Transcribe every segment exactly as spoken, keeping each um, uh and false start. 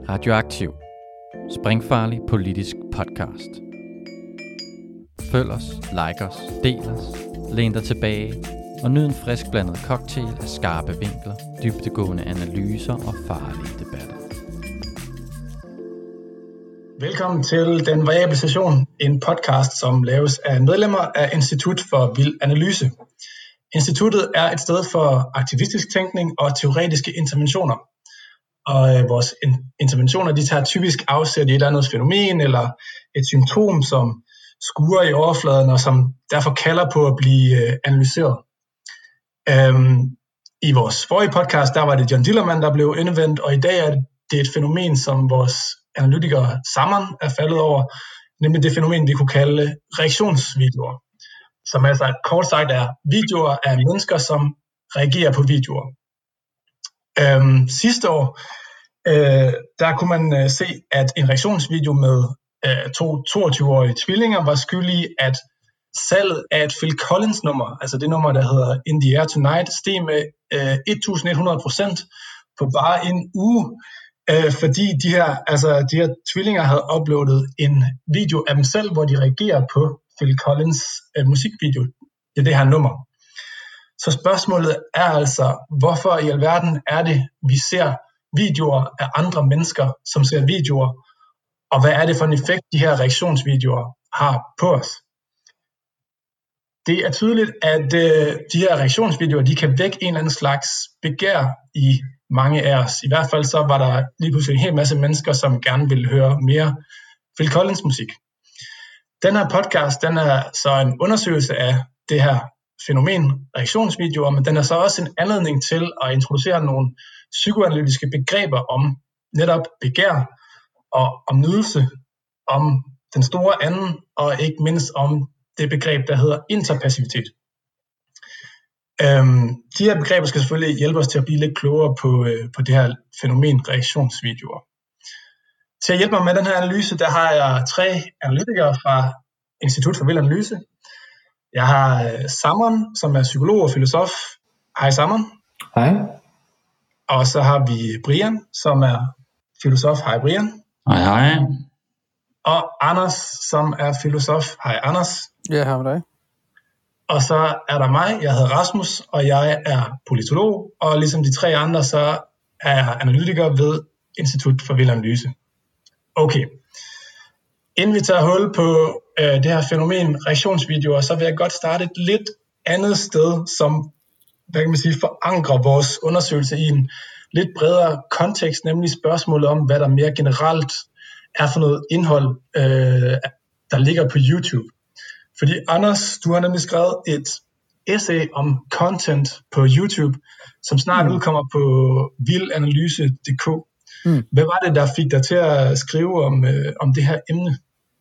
Radioaktiv. Springfarlig politisk podcast. Følg os, like os, del os, læn dig tilbage og nyd en frisk blandet cocktail af skarpe vinkler, dybdegående analyser og farlige debatter. Velkommen til Den Variable Session, en podcast, som laves af medlemmer af Institut for Vild Analyse. Instituttet er et sted for aktivistisk tænkning og teoretiske interventioner. Og øh, vores interventioner, de tager typisk afsæt i et eller andet fænomen eller et symptom, som skurer i overfladen og som derfor kalder på at blive øh, analyseret. Øhm, I vores forrige podcast, der var det John Dillermand, der blev indvendt, og i dag er det et fænomen, som vores analytikere sammen er faldet over, nemlig det fænomen, vi kunne kalde reaktionsvideoer, som altså kort sagt er videoer af mennesker, som reagerer på videoer. Øhm, sidste år, øh, der kunne man øh, se, at en reaktionsvideo med øh, to toogtyve-årige tvillinger var skyldige, at salget af et Phil Collins nummer, altså det nummer, der hedder In the Air Tonight, steg med øh, tusind hundrede procent på bare en uge, øh, fordi de her, altså, de her tvillinger havde uploadet en video af dem selv, hvor de reagerer på Phil Collins øh, musikvideo i det her nummer. Så spørgsmålet er altså, hvorfor i alverden er det, vi ser videoer af andre mennesker, som ser videoer, og hvad er det for en effekt, de her reaktionsvideoer har på os? Det er tydeligt, at øh, de her reaktionsvideoer, de kan vække en eller anden slags begær i mange af os. I hvert fald så var der lige pludselig en hel masse mennesker, som gerne ville høre mere Phil Collins musik. Den her podcast, den er så en undersøgelse af det her fænomen, reaktionsvideoer, men den er så også en anledning til at introducere nogle psykoanalytiske begreber om netop begær og om nydelse, om den store anden, og ikke mindst om det begreb, der hedder interpassivitet. Øhm, de her begreber skal selvfølgelig hjælpe os til at blive lidt klogere på, øh, på det her fænomen reaktionsvideoer. Til at hjælpe mig med den her analyse, der har jeg tre analytikere fra Institut for Vild Analyse. Jeg har øh, Samon, som er psykolog og filosof. Hej Samon. Hej. Og så har vi Brian, som er filosof. Hej Brian. Hej hej. Og Anders, som er filosof. Hej Anders. Ja, hej med dig. Og så er der mig, jeg hedder Rasmus, og jeg er politolog, og ligesom de tre andre, så er jeg analytiker ved Institut for Vild Analyse. Okay. Inden vi tager hul på øh, det her fænomen reaktionsvideoer, så vil jeg godt starte et lidt andet sted, som hvad kan man sige, forankrer vores undersøgelse i en lidt bredere kontekst, nemlig spørgsmålet om, hvad der mere generelt er for noget indhold, øh, der ligger på YouTube. Fordi Anders, du har nemlig skrevet et essay om content på YouTube, som snart mm. udkommer på vildanalyse punktum d k. Mm. Hvad var det, der fik dig til at skrive om, øh, om det her emne?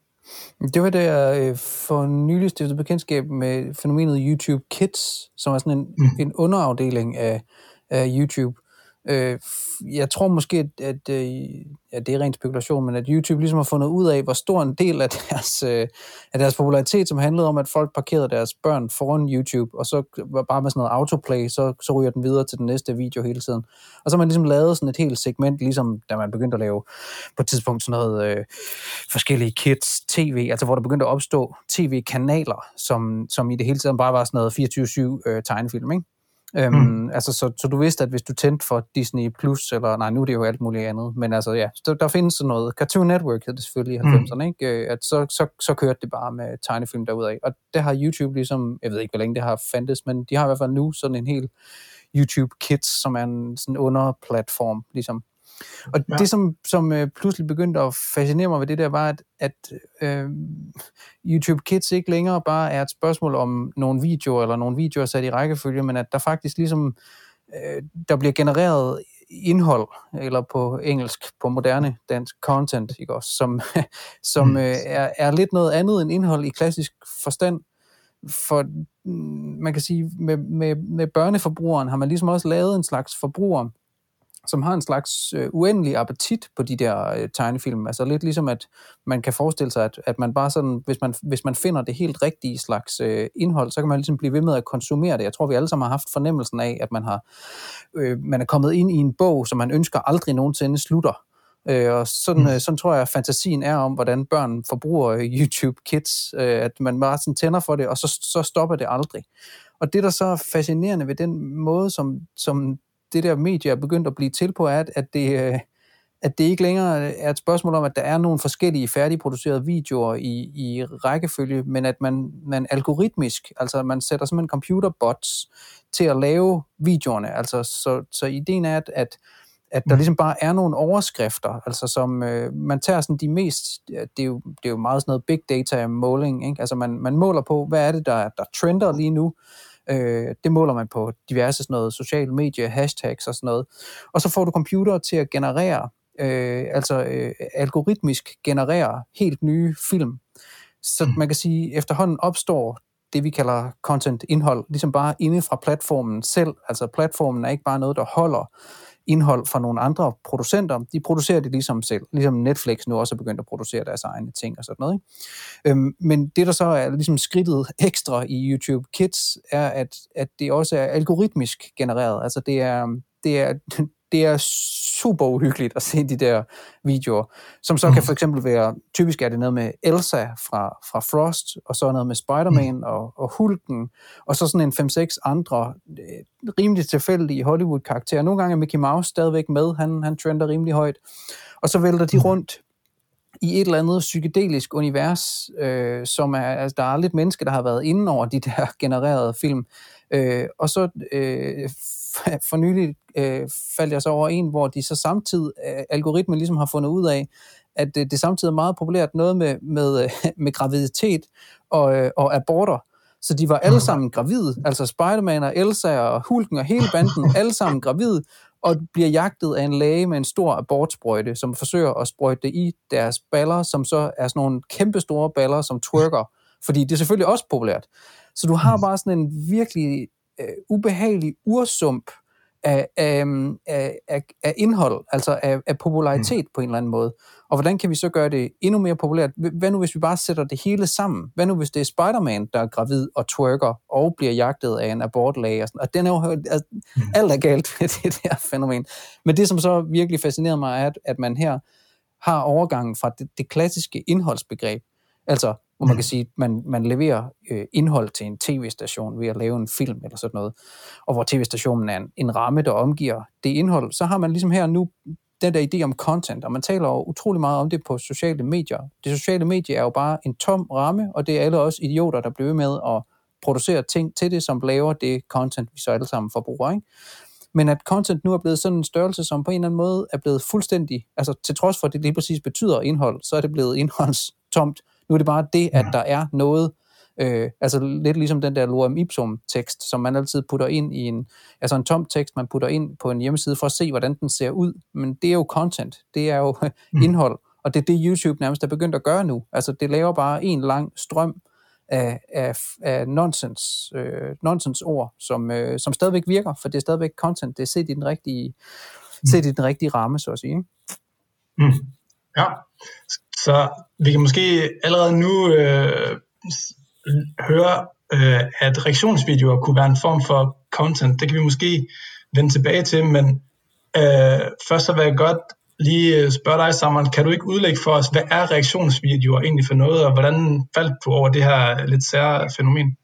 Det var, da jeg øh, for nylig stiftede bekendtskab med fænomenet YouTube Kids, som er sådan en, mm. en underafdeling af, af YouTube. Øh, jeg tror måske, at, at, at ja, det er ren spekulation, men at YouTube ligesom har fundet ud af, hvor stor en del af deres, øh, af deres popularitet, som handlede om, at folk parkerede deres børn foran YouTube, og så var bare med sådan noget autoplay, så, så ryger den videre til den næste video hele tiden. Og så har man ligesom lavet sådan et helt segment, ligesom da man begyndte at lave på et tidspunkt sådan noget øh, forskellige kids-tv, altså hvor der begyndte at opstå tv-kanaler, som, som i det hele tiden bare var sådan noget fireogtyve syv øh, tegnefilm, ikke? Øhm, mm. altså, så, så du vidste, at hvis du tændte for Disney Plus, eller nej, nu er det jo alt muligt andet, men altså ja, der, der findes sådan noget, Cartoon Network hed det selvfølgelig i halvfemserne, mm. ikke? At så, så, så kørte det bare med tegnefilm derudaf, og det har YouTube ligesom, jeg ved ikke, hvor længe det har fandtes, men de har i hvert fald nu sådan en hel YouTube Kids, som er en sådan underplatform, ligesom. Og ja. det, som, som øh, pludselig begyndte at fascinere mig ved det der, var, at, at øh, YouTube Kids ikke længere bare er et spørgsmål om nogle videoer, eller nogle videoer sat i rækkefølge, men at der faktisk ligesom, øh, der bliver genereret indhold, eller på engelsk, på moderne dansk, content, ikke også, som, som mm. øh, er, er lidt noget andet end indhold i klassisk forstand. For man kan sige, med, med, med børneforbrugeren har man ligesom også lavet en slags forbruger, som har en slags øh, uendelig appetit på de der øh, tegnefilm. Altså lidt ligesom, at man kan forestille sig, at, at man bare sådan, hvis man, hvis man finder det helt rigtige slags øh, indhold, så kan man ligesom blive ved med at konsumere det. Jeg tror, vi alle sammen har haft fornemmelsen af, at man har øh, man er kommet ind i en bog, som man ønsker aldrig nogensinde slutter. Øh, og sådan, mm. sådan tror jeg, fantasien er om, hvordan børn forbruger YouTube Kids, øh, at man bare sådan tænder for det, og så, så stopper det aldrig. Og det, der så er fascinerende ved den måde, som, som det der medie er begyndt at blive til på, er, at det, at det ikke længere er et spørgsmål om, at der er nogle forskellige færdigproducerede videoer i, i rækkefølge, men at man, man algoritmisk, altså man sætter simpelthen computerbots til at lave videoerne. Altså, så, så ideen er, at, at at der ligesom bare er nogle overskrifter, altså som øh, man tager sådan de mest, det er jo, det er jo meget sådan noget big data måling, ikke? Altså man, man måler på, hvad er det, der, der trender lige nu. Øh, det måler man på diverse sådan noget sociale medier, hashtags og sådan noget. Og så får du computer til at generere, øh, altså øh, algoritmisk generere helt nye film. Så man kan sige, efterhånden opstår det, vi kalder content-indhold, ligesom bare inde fra platformen selv. Altså platformen er ikke bare noget, der holder indhold fra nogle andre producenter. De producerer det ligesom selv, ligesom Netflix nu også er begyndt at producere deres egne ting og sådan noget. Ikke? Øhm, men det, der så er ligesom skridtet ekstra i YouTube Kids, er, at, at det også er algoritmisk genereret. Altså det er, det er, det er super uhyggeligt at se de der videoer, som så kan for eksempel være, typisk er det noget med Elsa fra, fra Frost, og så noget med Spider-Man og, og Hulken, og så sådan en fem seks andre øh, rimelig tilfældige Hollywood-karakterer. Nogle gange er Mickey Mouse stadigvæk med, han, han trender rimelig højt, og så vælter de rundt i et eller andet psykedelisk univers, øh, som er, altså der er lidt mennesker, der har været inde over de der genererede film, øh, og så øh, for nylig øh, faldt jeg så over en, hvor de så samtidig, øh, algoritmen ligesom har fundet ud af, at øh, det samtidig er meget populært noget med, med, øh, med graviditet og, øh, og aborter. Så de var alle sammen gravide, altså Spider-Man og Elsa og Hulken og hele banden, alle sammen gravide, og bliver jagtet af en læge med en stor abortsprøjte, som forsøger at sprøjte det i deres baller, som så er sådan nogle kæmpe store baller, som twerker, fordi det er selvfølgelig også populært. Så du har bare sådan en virkelig øh, ubehagelig ursump af, af, af, af indhold, altså af, af popularitet på en eller anden måde. Og hvordan kan vi så gøre det endnu mere populært? Hvad nu, hvis vi bare sætter det hele sammen? Hvad nu, hvis det er Spider-Man, der er gravid og twerker og bliver jagtet af en abortlæge? Og, sådan. Og den er jo, altså, alt er galt med det der fænomen. Men det, som så virkelig fascinerer mig, er, at man her har overgangen fra det, det klassiske indholdsbegreb, altså hvor man kan sige, at man, man leverer øh, indhold til en tv-station ved at lave en film eller sådan noget, og hvor tv-stationen er en, en ramme, der omgiver det indhold, så har man ligesom her nu den der idé om content, og man taler jo utrolig meget om det på sociale medier. Det sociale medie er jo bare en tom ramme, og det er alle også idioter, der bliver med at producere ting til det, som laver det content, vi så alle sammen forbruger, ikke? Men at content nu er blevet sådan en størrelse, som på en eller anden måde er blevet fuldstændig, altså til trods for, at det lige præcis betyder indhold, så er det blevet indholdstomt. Nu er det bare det, at der er noget, øh, altså lidt ligesom den der lorem ipsum tekst, som man altid putter ind i en, altså en tom tekst, man putter ind på en hjemmeside for at se, hvordan den ser ud. Men det er jo content, det er jo indhold, og det er det YouTube nærmest er begyndt at gøre nu. Altså det laver bare en lang strøm af, af, af nonsens, øh, nonsens ord, som, øh, som stadigvæk virker, for det er stadigvæk content, det er set i den rigtige, mm. set i den rigtige ramme, så at sige. Mm. Ja, så vi kan måske allerede nu øh, høre, øh, at reaktionsvideoer kunne være en form for content. Det kan vi måske vende tilbage til, men øh, først så vil jeg godt lige spørge dig, Samuel, kan du ikke udlægge for os, hvad er reaktionsvideoer egentlig for noget, og hvordan faldt du over det her lidt sære fænomen?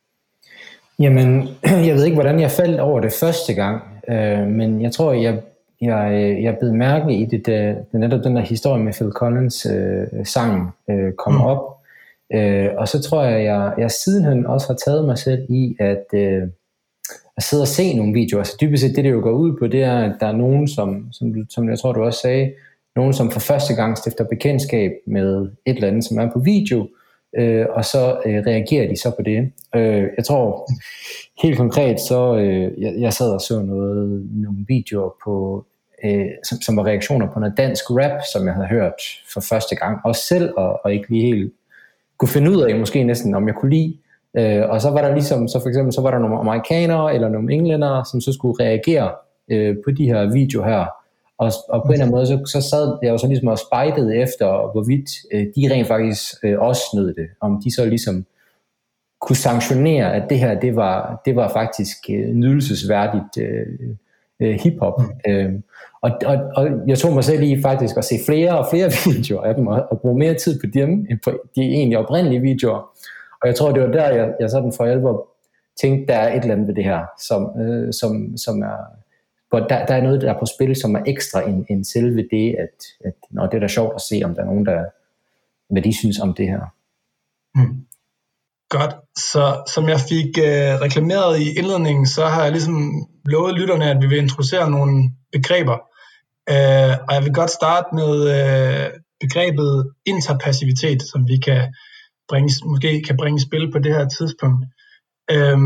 Jamen, jeg ved ikke, hvordan jeg faldt over det første gang, øh, men jeg tror, jeg Jeg, jeg blev mærke i det, da, da netop den der historie med Phil Collins øh, sang øh, kom mm. op. Øh, og så tror jeg, jeg, jeg sidenhen også har taget mig selv i at, øh, at sidde og se nogle videoer. Altså dybest set det, det jo går ud på, det er, at der er nogen, som, som, som jeg tror, du også sagde, nogen, som for første gang stifter bekendtskab med et eller andet, som er på video, øh, og så øh, reagerer de så på det. Øh, jeg tror helt konkret, så øh, jeg, jeg sad og så noget, nogle videoer på, øh, som, som var reaktioner på noget dansk rap, som jeg havde hørt for første gang, også selv, og, og ikke lige helt kunne finde ud af, måske næsten, om jeg kunne lide. Øh, og så var der ligesom, så for eksempel, så var der nogle amerikanere eller nogle englændere, som så skulle reagere øh, på de her videoer her. Og, og på en eller anden måde, så, så sad jeg jo så ligesom og spejdede efter, hvorvidt øh, de rent faktisk øh, også snød det. Om de så ligesom kunne sanktionere, at det her, det var, det var faktisk øh, nydelsesværdigt øh, øh, hiphop. Mm. Øh, Og, og, og jeg tog mig selv i faktisk at se flere og flere videoer af dem, og, og bruge mere tid på dem, end på de egentlig oprindelige videoer. Og jeg tror, det var der, jeg, jeg sådan for alvor tænkte, der er et eller andet ved det her, som, øh, som, som er, hvor der, der er noget, der er på spil, som er ekstra end, end selve det, at, at når det er da sjovt at se, om der er nogen, der, hvad de synes om det her. Mm. Godt, så som jeg fik øh, reklameret i indledningen, så har jeg ligesom lovet lytterne, at vi vil introducere nogle begreber. Øh, og jeg vil godt starte med øh, begrebet interpassivitet, som vi kan bringe, måske kan bringe i spil på det her tidspunkt. Øh,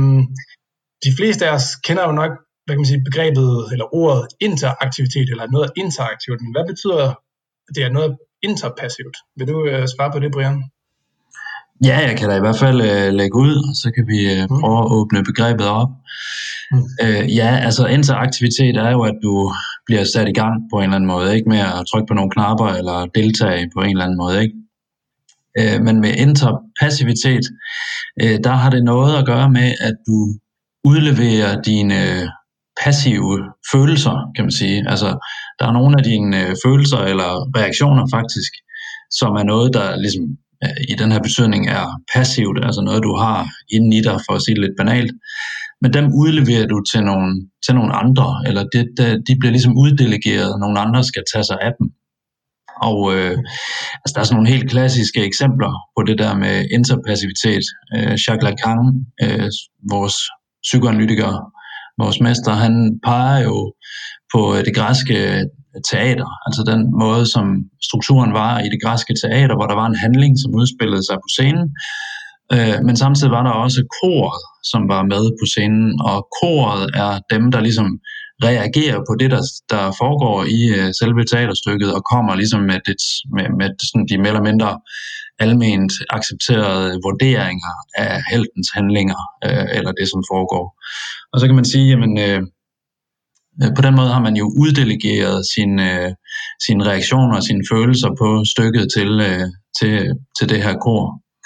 de fleste af os kender jo nok, hvad kan man sige, begrebet eller ordet interaktivitet, eller noget interaktivt. Men hvad betyder det er noget interpassivt? Vil du øh, svare på det, Brian? Ja, jeg kan da i hvert fald øh, lægge ud, og så kan vi øh, prøve at åbne begrebet op. Mm. Øh, ja, altså interaktivitet er jo, at du bliver sat i gang på en eller anden måde, ikke med at trykke på nogle knapper eller deltage på en eller anden måde, ikke? Øh, men med interpassivitet, øh, der har det noget at gøre med, at du udleverer dine passive følelser, kan man sige. Altså, der er nogle af dine øh, følelser eller reaktioner faktisk, som er noget, der ligesom i den her betydning er passivt, altså noget, du har inde i dig, for at sige det lidt banalt. Men dem udleverer du til nogle, til nogle andre, eller det, de bliver ligesom uddelegeret, nogle andre skal tage sig af dem. Og øh, altså, der er sådan nogle helt klassiske eksempler på det der med interpassivitet. Øh, Jacques Lacan, øh, vores psykoanalytiker, vores mester, han peger jo på det græske teater, altså den måde, som strukturen var i det græske teater, hvor der var en handling, som udspillede sig på scenen, øh, men samtidig var der også koret, som var med på scenen, og koret er dem, der ligesom reagerer på det, der, der foregår i øh, selve teaterstykket, og kommer ligesom med, det, med, med sådan de mere eller mindre alment accepterede vurderinger af heltens handlinger, øh, eller det, som foregår. Og så kan man sige, jamen, øh, på den måde har man jo uddelegeret sine, øh, sine reaktioner og sine følelser på stykket til, øh, til, til det her kor.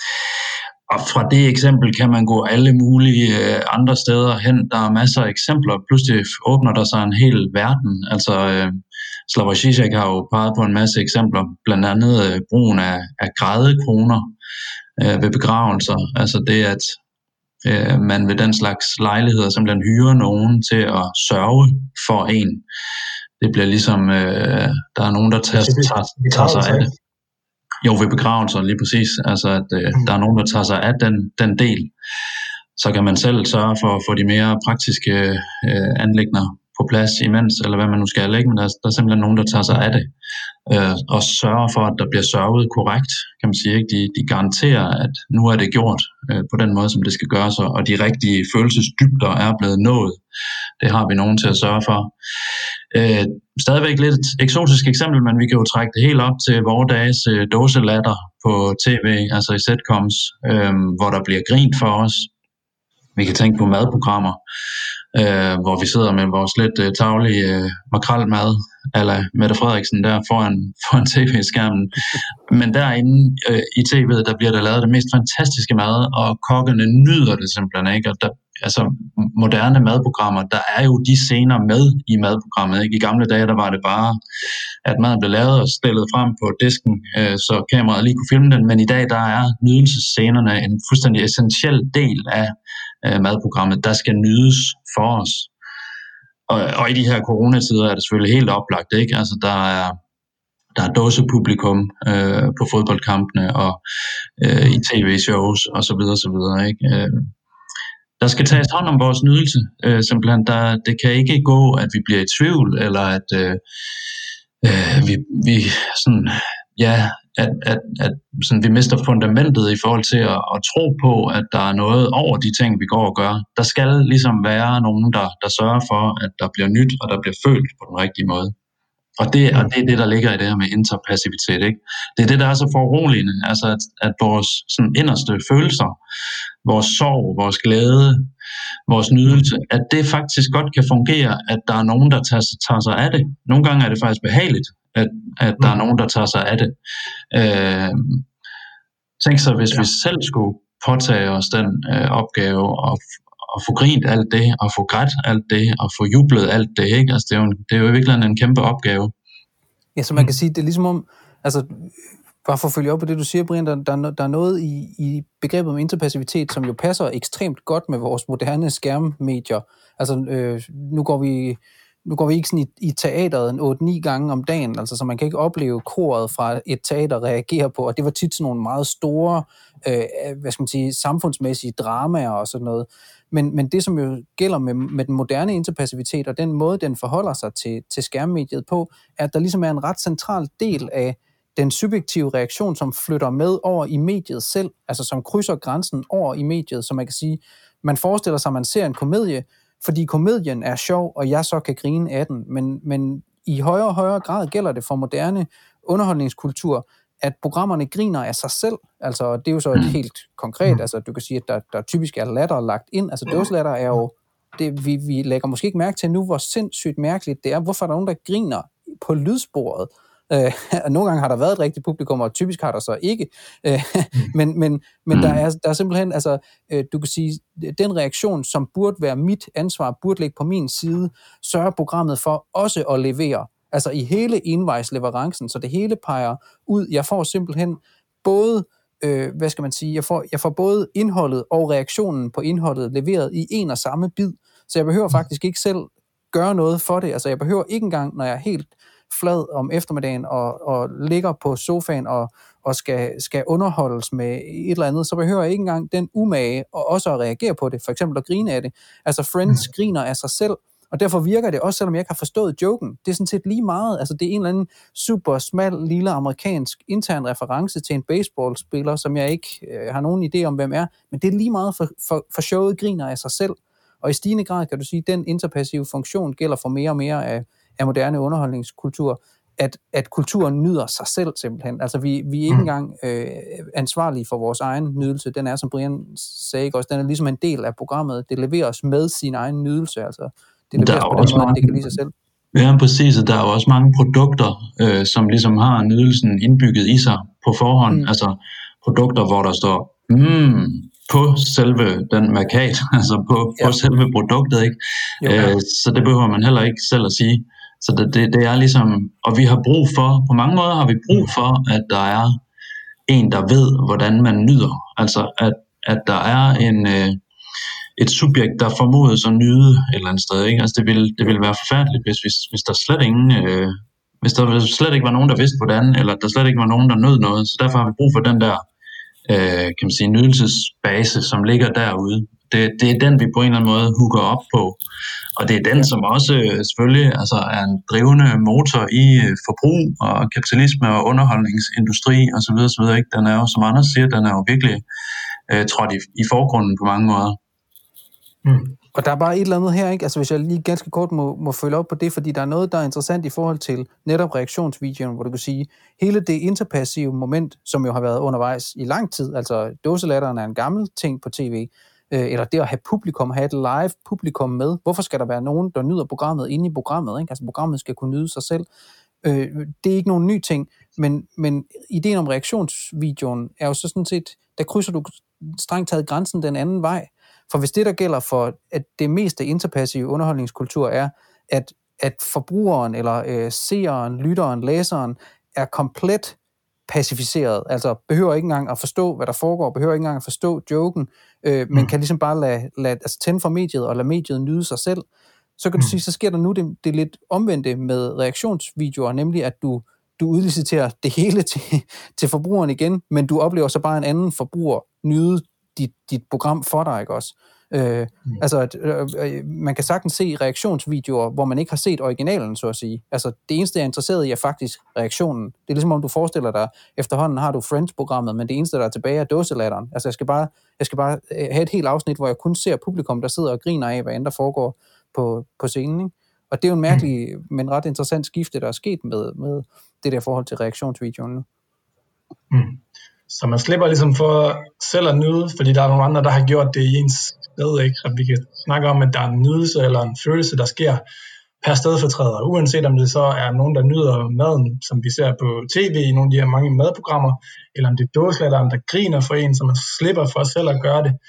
Og fra det eksempel kan man gå alle mulige øh, andre steder hen. Der er masser af eksempler. Pludselig åbner der sig en hel verden. Altså øh, Slavoj Žižek har jo peget på en masse eksempler. Blandt andet øh, brugen af, af grædekroner øh, ved begravelser. Altså det, at øh, man ved den slags lejligheder simpelthen hyrer nogen til at sørge for en. Det bliver ligesom, øh, der er nogen, der tager, tager, tager sig af det. Jo, ved begravelser, lige præcis. Altså, at øh, der er nogen, der tager sig af den, den del. Så kan man selv sørge for at få de mere praktiske øh, anliggender på plads imens, eller hvad man nu skal, ikke? Men der, der er simpelthen nogen, der tager sig af det. Øh, og sørger for, at der bliver sørget korrekt, kan man sige, ikke? De, de garanterer, at nu er det gjort øh, på den måde, som det skal gøres, og de rigtige følelsesdybder er blevet nået. Det har vi nogen til at sørge for. Øh, stadigvæk lidt et eksotisk eksempel, men vi kan jo trække det helt op til vores dages øh, dåselatter på tv, altså i sitcoms, øh, hvor der bliver grint for os. Vi kan tænke på madprogrammer, øh, hvor vi sidder med vores lidt øh, taglige øh, makrelmad, eller Mette Frederiksen der foran, foran tv-skærmen. Men derinde øh, i tv'et, der bliver der lavet det mest fantastiske mad, og kokkene nyder det simpelthen, ikke? Og der, altså moderne madprogrammer, der er jo de scener med i madprogrammet, ikke? I gamle dage, der var det bare, at maden blev lavet og stillet frem på disken, øh, så kameraet lige kunne filme den, men i dag, der er nydelsesscenerne en fuldstændig essentiel del af øh, madprogrammet, der skal nydes for os. Og, og i de her coronatider er det selvfølgelig helt oplagt, ikke? Altså der er der er dåsepublikum øh, på fodboldkampene og øh, i tv-shows og så videre, så videre, ikke? Øh, der skal tages hånd om vores nydelse, øh, simpelthen. Der, det kan ikke gå, at vi bliver i tvivl, eller at øh, øh, vi, vi sådan, ja, at, at, at sådan, vi mister fundamentet i forhold til at, at tro på, at der er noget over de ting, vi går og gør. Der skal ligesom være nogen, der, der sørger for, at der bliver nyt, og der bliver følt på den rigtige måde. Og det, og det er det, der ligger i det her med interpassivitet, ikke? Det er det, der er så foruroligende, altså at, at vores sådan, inderste følelser, vores sorg, vores glæde, vores nydelse, at det faktisk godt kan fungere, at der er nogen, der tager, tager sig af det. Nogle gange er det faktisk behageligt, at, at der er nogen, der tager sig af det. Øh, tænk så, hvis ja. vi selv skulle påtage os den øh, opgave og, at få grint alt det, og få grædt alt det, og få jublet alt det, ikke? Altså, det er jo, det er jo i virkeligheden en kæmpe opgave. Ja, så man kan sige, det er ligesom om, altså, bare for at følge op på det, du siger, Brian, der, der, der er noget i, i begrebet om interpassivitet, som jo passer ekstremt godt med vores moderne skærmmedier. Altså, øh, nu går vi... Nu går vi ikke sådan i, i teateret en otte ni gange om dagen, altså så man kan ikke opleve koret fra et teater reagere på, og det var tit sådan nogle meget store, øh, hvad skal man sige, samfundsmæssige dramaer og sådan noget. Men, men det, som jo gælder med, med den moderne interpassivitet, og den måde, den forholder sig til, til skærmmediet på, er, at der ligesom er en ret central del af den subjektive reaktion, som flytter med over i mediet selv, altså som krydser grænsen over i mediet, så man kan sige, man forestiller sig, at man ser en komedie, fordi komedien er sjov, og jeg så kan grine af den. Men, men i højere og højere grad gælder det for moderne underholdningskultur, at programmerne griner af sig selv. Altså, det er jo så et helt konkret, altså du kan sige, at der, der typisk er latter lagt ind. Altså dåslatter er jo, det, vi, vi lægger måske ikke mærke til nu, hvor sindssygt mærkeligt det er. Hvorfor er der nogen, der griner på lydsporet? Øh, nogle gange har der været et rigtigt publikum, og typisk har der så ikke. Øh, men men, men der, er, der er simpelthen, altså, øh, du kan sige, den reaktion, som burde være mit ansvar, burde ligge på min side, sørger programmet for også at levere. Altså i hele envejsleverancen, så det hele peger ud. Jeg får simpelthen både, øh, hvad skal man sige, jeg får, jeg får både indholdet og reaktionen på indholdet leveret i en og samme bid. Så jeg behøver faktisk ikke selv gøre noget for det. Altså jeg behøver ikke engang, når jeg er helt flad om eftermiddagen og, og ligger på sofaen og, og skal, skal underholdes med et eller andet, så behøver jeg ikke engang den umage og også at reagere på det, for eksempel at grine af det. Altså Friends griner af sig selv, og derfor virker det også, selvom jeg ikke har forstået joken. Det er sådan set lige meget, altså det er en eller anden super smal, lille amerikansk intern reference til en baseballspiller, som jeg ikke øh, har nogen idé om, hvem er, men det er lige meget for, for, for showet griner af sig selv. Og i stigende grad kan du sige, at den interpassive funktion gælder for mere og mere af af moderne underholdningskultur, at, at kulturen nyder sig selv simpelthen. Altså vi, vi er ikke engang øh, ansvarlige for vores egen nydelse. Den er, som Brian sagde også, den er ligesom en del af programmet. Det leveres med sin egen nydelse. Altså det leveres på den måde, mange, det kan lide sig selv. Ja, præcis. Der er jo også mange produkter, øh, som ligesom har nydelsen indbygget i sig på forhånd. Mm. Altså produkter, hvor der står mm, på selve den markat, altså på, ja. på selve produktet, ikke? Jo, ja. øh, så det behøver man heller ikke selv at sige. Så det, det, det er ligesom, og vi har brug for, på mange måder har vi brug for, at der er en, der ved, hvordan man nyder. Altså at, at der er en, øh, et subjekt, der formodes at nyde et eller andet sted, ikke? Altså det ville, det ville være forfærdeligt, hvis, hvis, hvis der slet ingen, øh, hvis der slet ikke var nogen, der vidste hvordan, eller der slet ikke var nogen, der nød noget. Så derfor har vi brug for den der øh, kan man sige, nydelsesbase, som ligger derude. Det, det er den, vi på en eller anden måde hooker op på. Og det er den, som også selvfølgelig altså, er en drivende motor i forbrug og kapitalisme og underholdningsindustri osv. osv. Den er jo, som Anders siger, den er jo virkelig øh, trådt i, i forgrunden på mange måder. Mm. Og der er bare et eller andet her, ikke? Altså hvis jeg lige ganske kort må, må følge op på det, fordi der er noget, der er interessant i forhold til netop reaktionsvideoen, hvor du kan sige, hele det interpassive moment, som jo har været undervejs i lang tid, altså dåselatteren er en gammel ting på tv, øh, eller det at have publikum, have et live publikum med. Hvorfor skal der være nogen, der nyder programmet inde i programmet, ikke? Altså programmet skal kunne nyde sig selv. Øh, det er ikke nogen ny ting, men, men ideen om reaktionsvideoen er jo så sådan set, der krydser du strengt taget grænsen den anden vej. For hvis det, der gælder for at det meste interpassive underholdningskultur er, at, at forbrugeren eller øh, seeren, lytteren, læseren er komplet pacificeret, altså behøver ikke engang at forstå, hvad der foregår, behøver ikke engang at forstå joken, øh, men mm. kan ligesom bare lade, lade altså tænde for mediet og lade mediet nyde sig selv, så kan du mm. sige, så sker der nu det, det lidt omvendte med reaktionsvideoer, nemlig at du, du udliciterer det hele til, til forbrugeren igen, men du oplever så bare en anden forbruger nyde dit, dit program for dig, ikke også? Øh, mm. Altså, at, øh, man kan sagtens se reaktionsvideoer, hvor man ikke har set originalen, så at sige. Altså, det eneste, jeg er interesseret i, er faktisk reaktionen. Det er ligesom, om du forestiller dig, efterhånden har du Friends-programmet, men det eneste, der er tilbage, er dåselatteren. Altså, jeg skal bare, jeg skal bare have et helt afsnit, hvor jeg kun ser publikum, der sidder og griner af, hvad end der foregår på, på scenen, ikke? Og det er jo en mærkelig, mm. men ret interessant skifte, der er sket med, med det der forhold til reaktionsvideoen nu. Mm. Så man slipper ligesom for selv at nyde, fordi der er nogle andre, der har gjort det i ens sted, ikke? Så vi kan snakke om, at der er en nydelse eller en følelse, der sker per stedfortræder, uanset om det så er nogen, der nyder maden, som vi ser på tv i nogle af de her mange madprogrammer, eller om det er dåselatteren, der griner for en, så man slipper for selv at gøre det.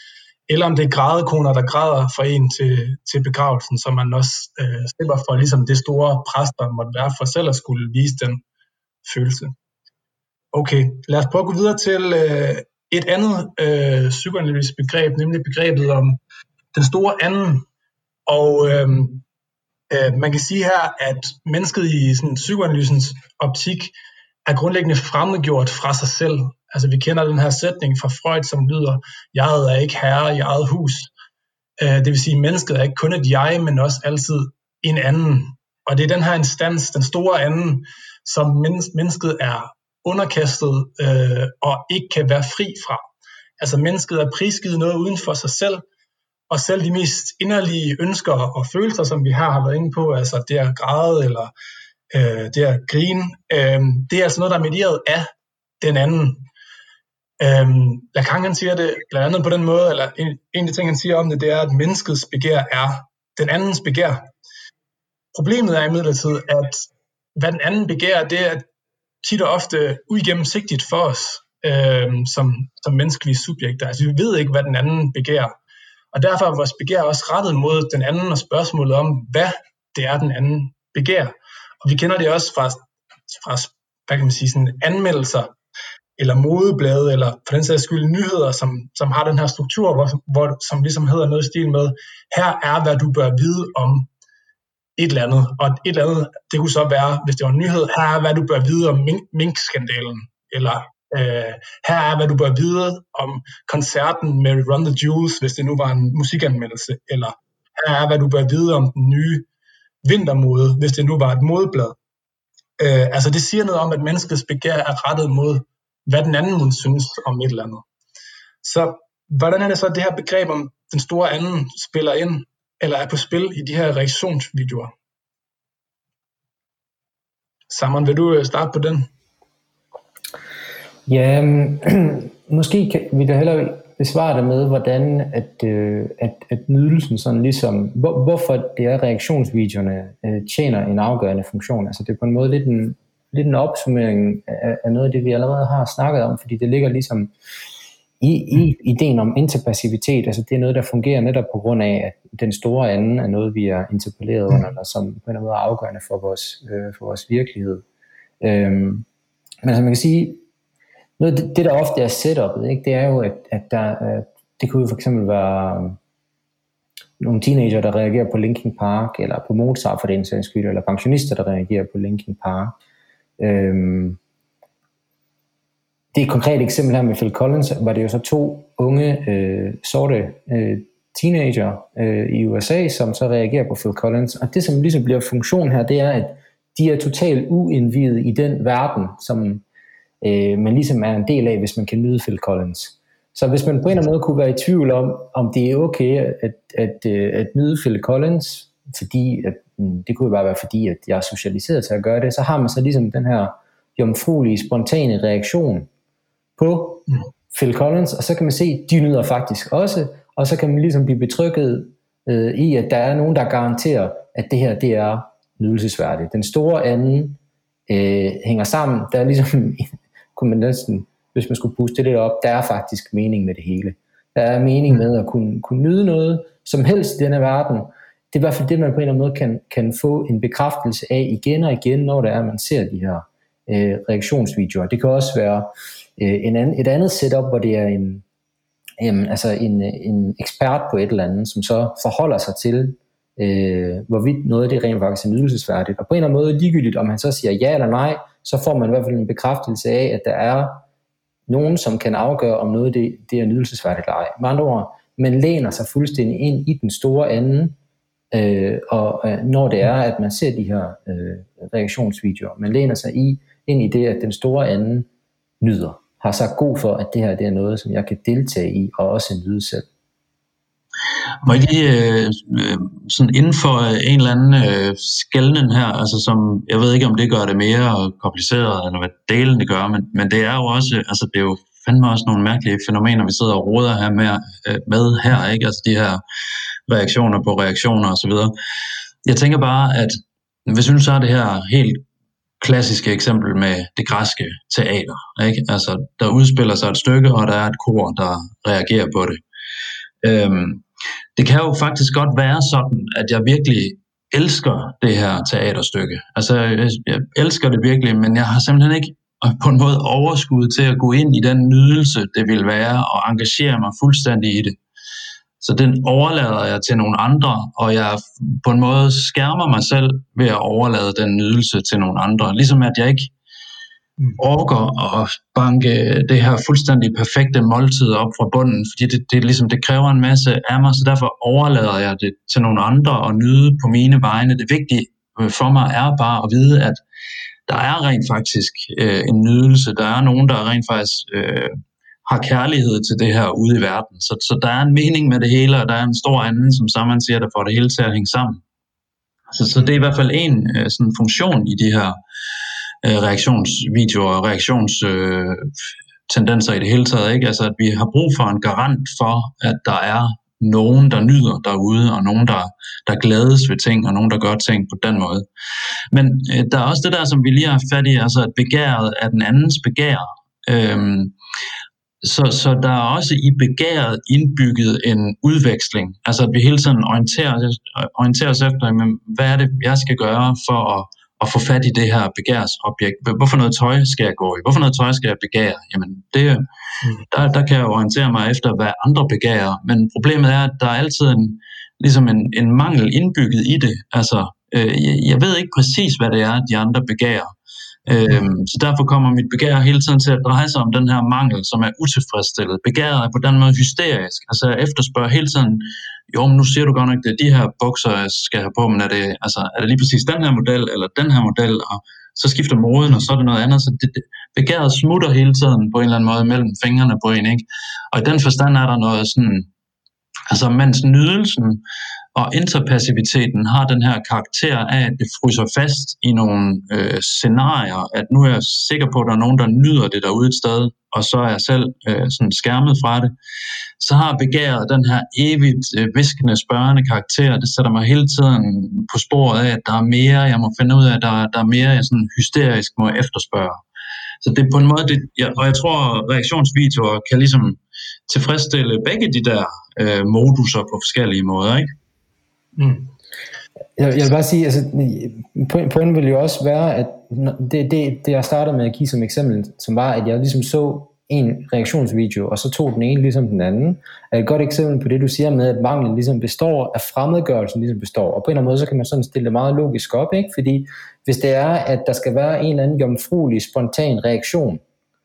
eller om det er grædekoner, der græder for en til, til begravelsen, så man også øh, slipper for ligesom det store pres, der måtte være for selv at skulle vise den følelse. Okay, lad os prøve at gå videre til øh, et andet øh, psykoanalytisk begreb, nemlig begrebet om den store anden. Og øh, øh, man kan sige her, at mennesket i sådan, psykoanalysens optik er grundlæggende fremmedgjort fra sig selv. Altså vi kender den her sætning fra Freud, som lyder, jeg er ikke herre i eget hus. Øh, det vil sige, at mennesket er ikke kun et jeg, men også altid en anden. Og det er den her instans, den store anden, som mennesket er underkastet øh, og ikke kan være fri fra. Altså mennesket er prisgivet noget uden for sig selv, og selv de mest inderlige ønsker og følelser, som vi her har været inde på, altså det at græde eller øh, det at grine, øh, det er altså noget, der er medieret af den anden. Øh, Lacan han siger det blandt andet på den måde, eller en, en af de ting, han siger om det, det er, at menneskets begær er den andens begær. Problemet er imidlertid, at hvad den anden begær, det er tit og ofte uigennemsigtigt for os øh, som, som menneskelige subjekter. Altså vi ved ikke, hvad den anden begær. Og derfor er vores begær også rettet mod den anden og spørgsmålet om, hvad det er, den anden begær. Og vi kender det også fra, fra hvad kan man sige, sådan anmeldelser, eller modeblade, eller for den sags skyld nyheder, som, som har den her struktur, hvor, hvor, som ligesom hedder noget i stil med, her er, hvad du bør vide om et eller andet. Og et eller andet, det kunne så være, hvis det var en nyhed, her er, hvad du bør vide om mink- minkskandalen, eller øh, her er, hvad du bør vide om koncerten med Run the Jewels, hvis det nu var en musikanmeldelse, eller her er, hvad du bør vide om den nye vintermode, hvis det nu var et modeblad. Øh, altså det siger noget om, at menneskets begær er rettet mod, hvad den anden synes om et eller andet. Så hvordan er det så, at det her begreb om den store anden spiller ind, eller er på spil i de her reaktionsvideoer? Simon, vil du starte på den? Ja, måske kan vi da hellere besvare det med, hvordan at, øh, at, at nydelsen sådan ligesom, hvor, hvorfor det er reaktionsvideoerne øh, tjener en afgørende funktion. Altså det er på en måde lidt en, lidt en opsummering af, af noget af det, vi allerede har snakket om, fordi det ligger ligesom i, i ideen om interpassivitet. Altså det er noget, der fungerer netop på grund af, at den store anden er noget, vi er interpelleret under, eller som på en måde er afgørende for vores, øh, for vores virkelighed. Øhm, men altså man kan sige, noget, det, det der ofte er setupet, ikke, det er jo, at, at der, at det kunne jo for eksempel være nogle teenager, der reagerer på Linkin Park, eller på Mozart for den sags skyld, eller pensionister, der reagerer på Linkin Park. Øhm, det er et konkret eksempel her med Phil Collins, var det jo så to unge, øh, sorte øh, teenager øh, i U S A, som så reagerer på Phil Collins. Og det, som ligesom bliver funktion her, det er, at de er totalt uindvidede i den verden, som øh, man ligesom er en del af, hvis man kan nyde Phil Collins. Så hvis man på en eller anden måde kunne være i tvivl om, om det er okay at, at, at, at nyde Phil Collins, fordi at, det kunne jo bare være fordi, at jeg er socialiseret til at gøre det, så har man så ligesom den her jomfruelige, spontane reaktion på mm. Phil Collins, og så kan man se, at de nyder faktisk også, og så kan man ligesom blive betrykket øh, i, at der er nogen, der garanterer, at det her, det er nydelsesværdigt. Den store anden øh, hænger sammen, der er ligesom, kunne man næsten, hvis man skulle puste det op, der er faktisk mening med det hele. Der er mening med at kunne, kunne nyde noget, som helst i denne verden. Det er i hvert fald det, man på en eller anden måde kan, kan få en bekræftelse af igen og igen, når det er, at man ser de her øh, reaktionsvideoer. Det kan også være øh, en anden, et andet setup, hvor det er en, øh, altså en, en ekspert på et eller andet, som så forholder sig til, øh, hvorvidt noget af det rent faktisk er nydelsesværdigt. Og på en eller anden måde ligegyldigt, om han så siger ja eller nej, så får man i hvert fald en bekræftelse af, at der er nogen, som kan afgøre, om noget det, det er nydelsesværdigt eller ej. Med andre ord, man læner sig fuldstændig ind i den store anden, øh, og øh, når det er, at man ser de her øh, reaktionsvideoer, man læner sig i, ind i det, at den store anden nyder, har sagt god for, at det her det er noget, som jeg kan deltage i, og også nyde selv. Må jeg lige øh, sådan inden for en eller anden øh, skelnen her, altså som, jeg ved ikke om det gør det mere kompliceret, eller hvad delen det gør, men, men det er jo også, altså det er jo fandme også nogle mærkelige fænomener, vi sidder og roder her med, øh, med her, ikke? Altså de her reaktioner på reaktioner og så videre. Jeg tænker bare, at hvis vi nu så er det her helt klassiske eksempel med det græske teater, ikke? Altså der udspiller sig et stykke, og der er et kor, der reagerer på det. Øhm, det kan jo faktisk godt være sådan, at jeg virkelig elsker det her teaterstykke. Altså, jeg, jeg elsker det virkelig, men jeg har simpelthen ikke på en måde overskud til at gå ind i den nydelse, det vil være, og engagere mig fuldstændig i det. Så den overlader jeg til nogle andre, og jeg på en måde skærmer mig selv ved at overlade den nydelse til nogle andre. Ligesom at jeg ikke orker at banke det her fuldstændig perfekte måltid op fra bunden, fordi det, det, ligesom, det kræver en masse af mig, så derfor overlader jeg det til nogle andre og nyde på mine vegne. Det vigtige for mig er bare at vide, at der er rent faktisk øh, en nydelse. Der er nogen, der rent faktisk øh, har kærlighed til det her ude i verden. Så, så der er en mening med det hele, og der er en stor anden, som sammen siger, der får det hele til at hænge sammen. Så, så det er i hvert fald en øh, sådan funktion i de her øh, reaktionsvideoer og reaktionstendenser øh, i det hele taget. Ikke? Altså, at vi har brug for en garant for, at der er nogen, der nyder derude, og nogen, der, der glædes ved ting, og nogen, der gør ting på den måde. Men øh, der er også det der, som vi lige har fat i, altså at begæret er den andens begær. Øhm, så, så der er også i begæret indbygget en udveksling. Altså at vi hele tiden orienterer, orienterer os efter, men hvad er det, jeg skal gøre for at, at få fat i det her begærsobjekt? Hvorfor noget tøj skal jeg gå i? Hvorfor noget tøj skal jeg begære? Jamen, det, der, der kan jeg orientere mig efter, hvad andre begærer. Men problemet er, at der er altid en, ligesom en, en mangel indbygget i det. Altså, øh, jeg ved ikke præcis, hvad det er, de andre begærer. Øhm, så derfor kommer mit begær hele tiden til at dreje sig om den her mangel, som er utilfredsstillet. Begæret er på den måde hysterisk. Altså jeg efterspørger hele tiden, jo, men nu siger du godt nok, det er de her bukser, jeg skal have på, men er det, altså, er det lige præcis den her model, eller den her model, og så skifter moden, og så er det noget andet. Så det, det, begæret smutter hele tiden på en eller anden måde mellem fingrene på en, ikke? Og i den forstand er der noget sådan, altså mens nydelsen og interpassiviteten har den her karakter af, at det fryser fast i nogle øh, scenarier, at nu er jeg sikker på, at der er nogen, der nyder det derude et sted, og så er jeg selv øh, sådan skærmet fra det. Så har begæret den her evigt øh, viskende, spørgende karakter. Det sætter mig hele tiden på sporet af, at der er mere, jeg må finde ud af, at der, der er mere, jeg sådan hysterisk må efterspørge. Så det er på en måde, det, ja, og jeg tror, at reaktionsvideoer kan ligesom tilfredsstille begge de der øh, moduser på forskellige måder, ikke? Mm. Jeg, jeg vil bare sige, altså, pointen vil jo også være, at det, det, det jeg startede med at give som eksempel, som var, at jeg ligesom så en reaktionsvideo, og så tog den ene ligesom den anden, er et godt eksempel på det, du siger med, at manglen ligesom består, at fremmedgørelsen ligesom består, og på en eller anden måde, så kan man sådan stille det meget logisk op, ikke? Fordi hvis det er, at der skal være en eller anden jomfruelig, spontan reaktion,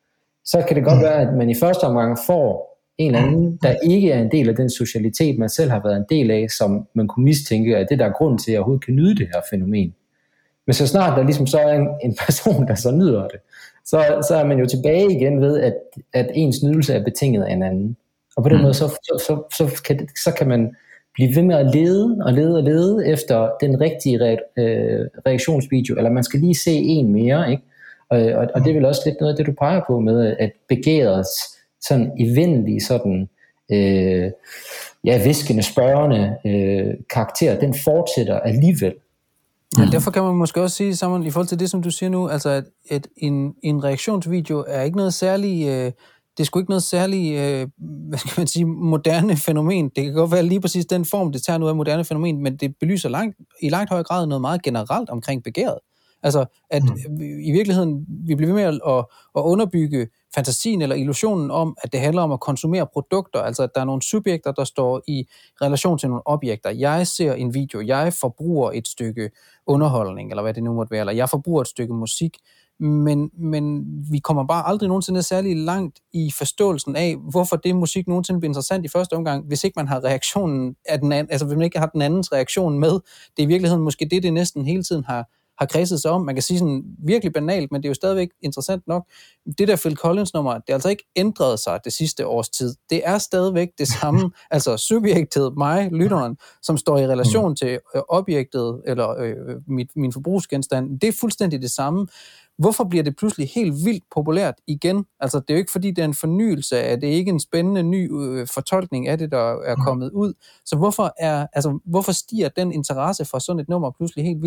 så kan det godt være, at man i første omgang får en eller anden, der ikke er en del af den socialitet, man selv har været en del af, som man kunne mistænke, at det der er grund til, at jeg overhovedet kan nyde det her fænomen. Men så snart der ligesom så er en, en person, der så nyder det, så, så er man jo tilbage igen ved, at, at ens nydelse er betinget af en anden. Og på den måde, så, så, så, så, kan, så kan man blive ved med at lede og lede og lede efter den rigtige re, øh, reaktionsvideo, eller man skal lige se en mere, ikke? Og, og, og det er vel også lidt noget af det, du peger på med, at begærets sådan evindelige sådan øh, ja, viskende, spørgende øh, karakter, den fortsætter alligevel. Ja, derfor kan man måske også sige sammen i forhold til det, som du siger nu, altså at, at en, en reaktionsvideo er ikke noget særligt, øh, det er sgu ikke noget særligt, øh, hvad skal man sige, moderne fænomen. Det kan godt være lige præcis den form, det tager nu af moderne fænomen, men det belyser langt, i langt højere grad noget meget generelt omkring begæret. Altså, at mm. i virkeligheden, vi bliver ved med at, at, at underbygge fantasien eller illusionen om, at det handler om at konsumere produkter, altså at der er nogle subjekter, der står i relation til nogle objekter. Jeg ser en video, jeg forbruger et stykke underholdning, eller hvad det nu måtte være, eller jeg forbruger et stykke musik, men, men vi kommer bare aldrig nogensinde særlig langt i forståelsen af, hvorfor det musik nogensinde bliver interessant i første omgang, hvis ikke man har reaktionen af den anden, altså hvis man ikke har den andens reaktion med. Det er i virkeligheden måske det, det næsten hele tiden har har kredset sig om. Man kan sige sådan virkelig banalt, men det er jo stadigvæk interessant nok. Det der Phil Collins nummer, det er altså ikke ændret sig det sidste års tid. Det er stadigvæk det samme, altså subjektet, mig, lytteren, som står i relation til objektet, eller øh, mit, min forbrugsgenstand. Det er fuldstændig det samme. Hvorfor bliver det pludselig helt vildt populært igen? Altså, det er jo ikke, fordi det er en fornyelse af, det er ikke en spændende ny øh, fortolkning af det, der er kommet ud. Så hvorfor, er, altså, hvorfor stiger den interesse for sådan et nummer pludselig helt vildt?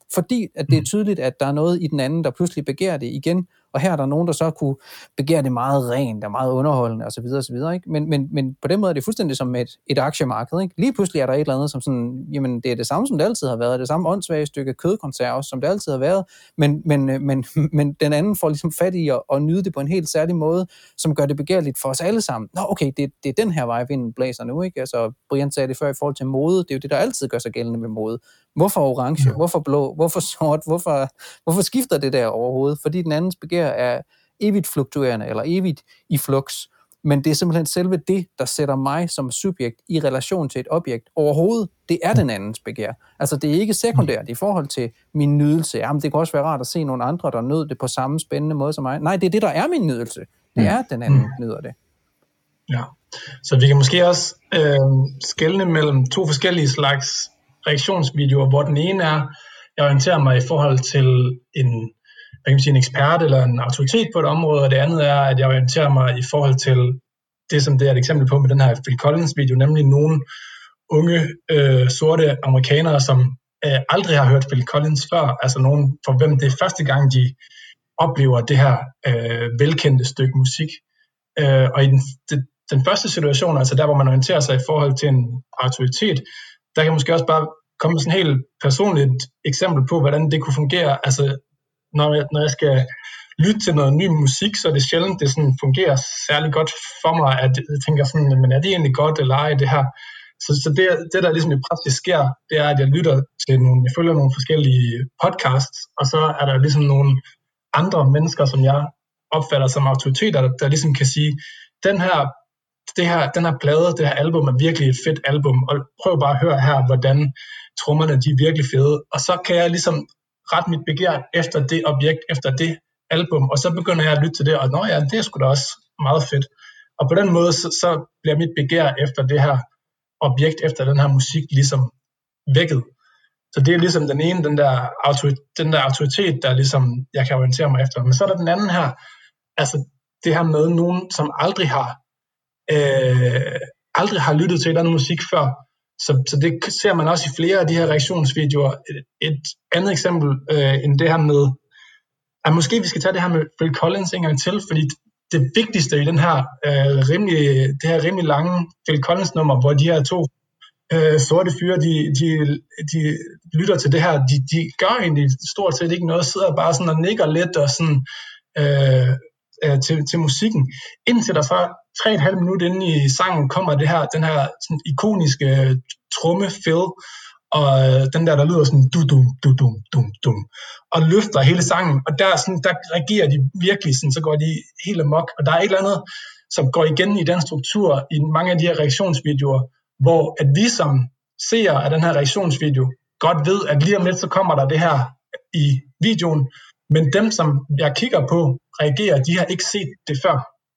fordi at det er tydeligt, at der er noget i den anden, der pludselig begærer det igen, og her er der nogen, der så kunne begære det meget rent og meget underholdende osv. osv. Ikke? Men, men, men på den måde er det fuldstændig som et, et aktiemarked. Ikke? Lige pludselig er der et eller andet, som sådan, jamen det er det samme, som det altid har været, det samme åndssvage stykke kødkonserve, som det altid har været, men, men, men, men den anden får ligesom fat i at, at nyde det på en helt særlig måde, som gør det begærligt for os alle sammen. Nå okay, det, det er den her vej, vinden blæser nu. Ikke? Altså, Brian sagde det før i forhold til mode, det er jo det, der altid gør sig gældende med mode. Hvorfor orange? Hvorfor blå? Hvorfor sort? Hvorfor, hvorfor skifter det der overhovedet? Fordi den andens begær er evigt fluktuerende, eller evigt i flux. Men det er simpelthen selve det, der sætter mig som subjekt i relation til et objekt overhovedet. Det er den andens begær. Altså det er ikke sekundært i forhold til min nydelse. Jamen det kan også være rart at se nogle andre, der nød det på samme spændende måde som mig. Nej, det er det, der er min nydelse. Det er, den anden nyder det. Ja, så vi kan måske også øh, skelne mellem to forskellige slags reaktionsvideoer, hvor den ene er, jeg orienterer mig i forhold til en, hvad kan man sige, en ekspert eller en autoritet på et område, og det andet er, at jeg orienterer mig i forhold til det, som det er et eksempel på med den her Phil Collins video, nemlig nogle unge øh, sorte amerikanere, som øh, aldrig har hørt Phil Collins før, altså nogen for hvem det er første gang, de oplever det her øh, velkendte stykke musik. Øh, og i den, det, den første situation, altså der, hvor man orienterer sig i forhold til en autoritet, der kan måske også bare komme sådan et helt personligt eksempel på, hvordan det kunne fungere. Altså, når jeg, når jeg skal lytte til noget ny musik, så er det sjældent, det sådan fungerer særlig godt for mig, at jeg tænker sådan, men er det egentlig godt eller ej, det her? Så, så det, det, der ligesom i praksis sker, det er, at jeg lytter til nogle, jeg følger nogle forskellige podcasts, og så er der ligesom nogle andre mennesker, som jeg opfatter som autoriteter, der, der ligesom kan sige, den her, det her, den her plade, det her album er virkelig et fedt album, og prøv bare at høre her, hvordan trommerne, de er virkelig fede, og så kan jeg ligesom rette mit begær efter det objekt, efter det album, og så begynder jeg at lytte til det, og nå ja, det er sgu da også meget fedt. Og på den måde, så, så bliver mit begær efter det her objekt, efter den her musik, ligesom vækket. Så det er ligesom den ene, den der, autoritet, den der autoritet, der ligesom, jeg kan orientere mig efter. Men så er der den anden her, altså det her med nogen, som aldrig har, øh, aldrig har lyttet til et eller andet musik før. Så, så det ser man også i flere af de her reaktionsvideoer. Et, et andet eksempel øh, end det her med, at måske vi skal tage det her med Phil Collins en gang til, fordi det vigtigste i den her, øh, rimelig, det her rimelig lange Phil Collins nummer, hvor de her to øh, sorte fyre, de, de, de lytter til det her, de, de gør egentlig stort set ikke noget, sidder bare sådan og nikker lidt og sådan, øh, øh, til, til musikken, indtil der så tre og et halvt minut inde i sangen kommer det her, den her sådan ikoniske tromme fill, og den der, der lyder sådan du-dum, du-dum, dum-dum, og løfter hele sangen, og der, sådan, der reagerer de virkelig, sådan, så går de helt amok, og der er et eller andet, som går igen i den struktur, i mange af de her reaktionsvideoer, hvor at vi som seere af den her reaktionsvideo, godt ved, at lige om lidt, så kommer der det her i videoen, men dem, som jeg kigger på, reagerer, de har ikke set det før.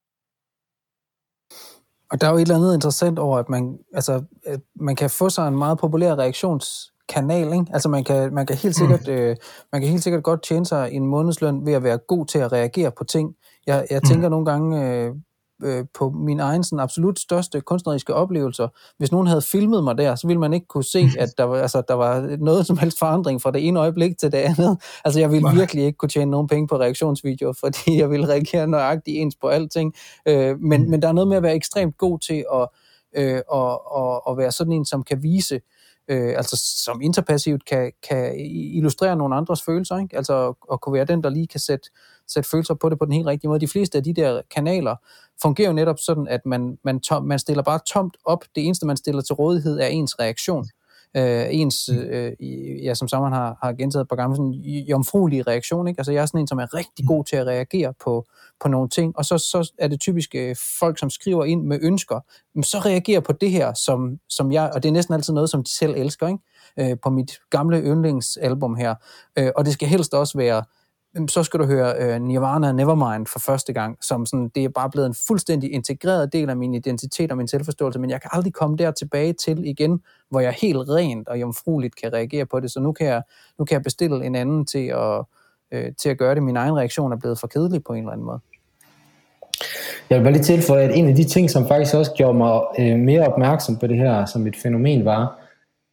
Og der er jo et eller andet interessant over, at man, altså, at man kan få sig en meget populær reaktionskanal, ikke? Altså man kan, man kan helt sikkert, mm. øh, man kan helt sikkert godt tjene sig en månedsløn ved at være god til at reagere på ting. Jeg, jeg tænker mm. nogle gange øh, øh, på min egen sådan, absolut største kunstneriske oplevelser. Hvis nogen havde filmet mig der, så ville man ikke kunne se, at der var, altså, der var noget som helst forandring fra det ene øjeblik til det andet. Altså jeg ville virkelig ikke kunne tjene nogen penge på reaktionsvideoer, fordi jeg ville reagere nøjagtigt ens på alting. Øh, men, mm. men der er noget med at være ekstremt god til at, øh, og, og, og være sådan en, som kan vise, Øh, altså som interpassivt kan, kan illustrere nogle andres følelser, ikke? Altså at kunne være den, der lige kan sætte, sætte følelser på det på den helt rigtige måde. De fleste af de der kanaler fungerer jo netop sådan, at man, man, tom, man stiller bare tomt op. Det eneste, man stiller til rådighed, er ens reaktion. Øh, ens, øh, ja, som Saman har, har gentaget et par gange, sådan en jomfruelig reaktion, ikke? Altså jeg er sådan en, som er rigtig god til at reagere på, på nogle ting, og så, så er det typisk øh, folk, som skriver ind med ønsker, men så reagerer på det her, som, som jeg, og det er næsten altid noget, som de selv elsker, ikke? Øh, på mit gamle yndlingsalbum her, øh, og det skal helst også være, så skal du høre øh, Nirvana Nevermind for første gang, som sådan, det er bare blevet en fuldstændig integreret del af min identitet og min selvforståelse, men jeg kan aldrig komme der tilbage til igen, hvor jeg helt rent og jomfrueligt kan reagere på det, så nu kan jeg, nu kan jeg bestille en anden til at, øh, til at gøre det. Min egen reaktion er blevet for kedelig på en eller anden måde. Jeg vil bare lige tilføje, at en af de ting, som faktisk også gjorde mig øh, mere opmærksom på det her som et fænomen, var,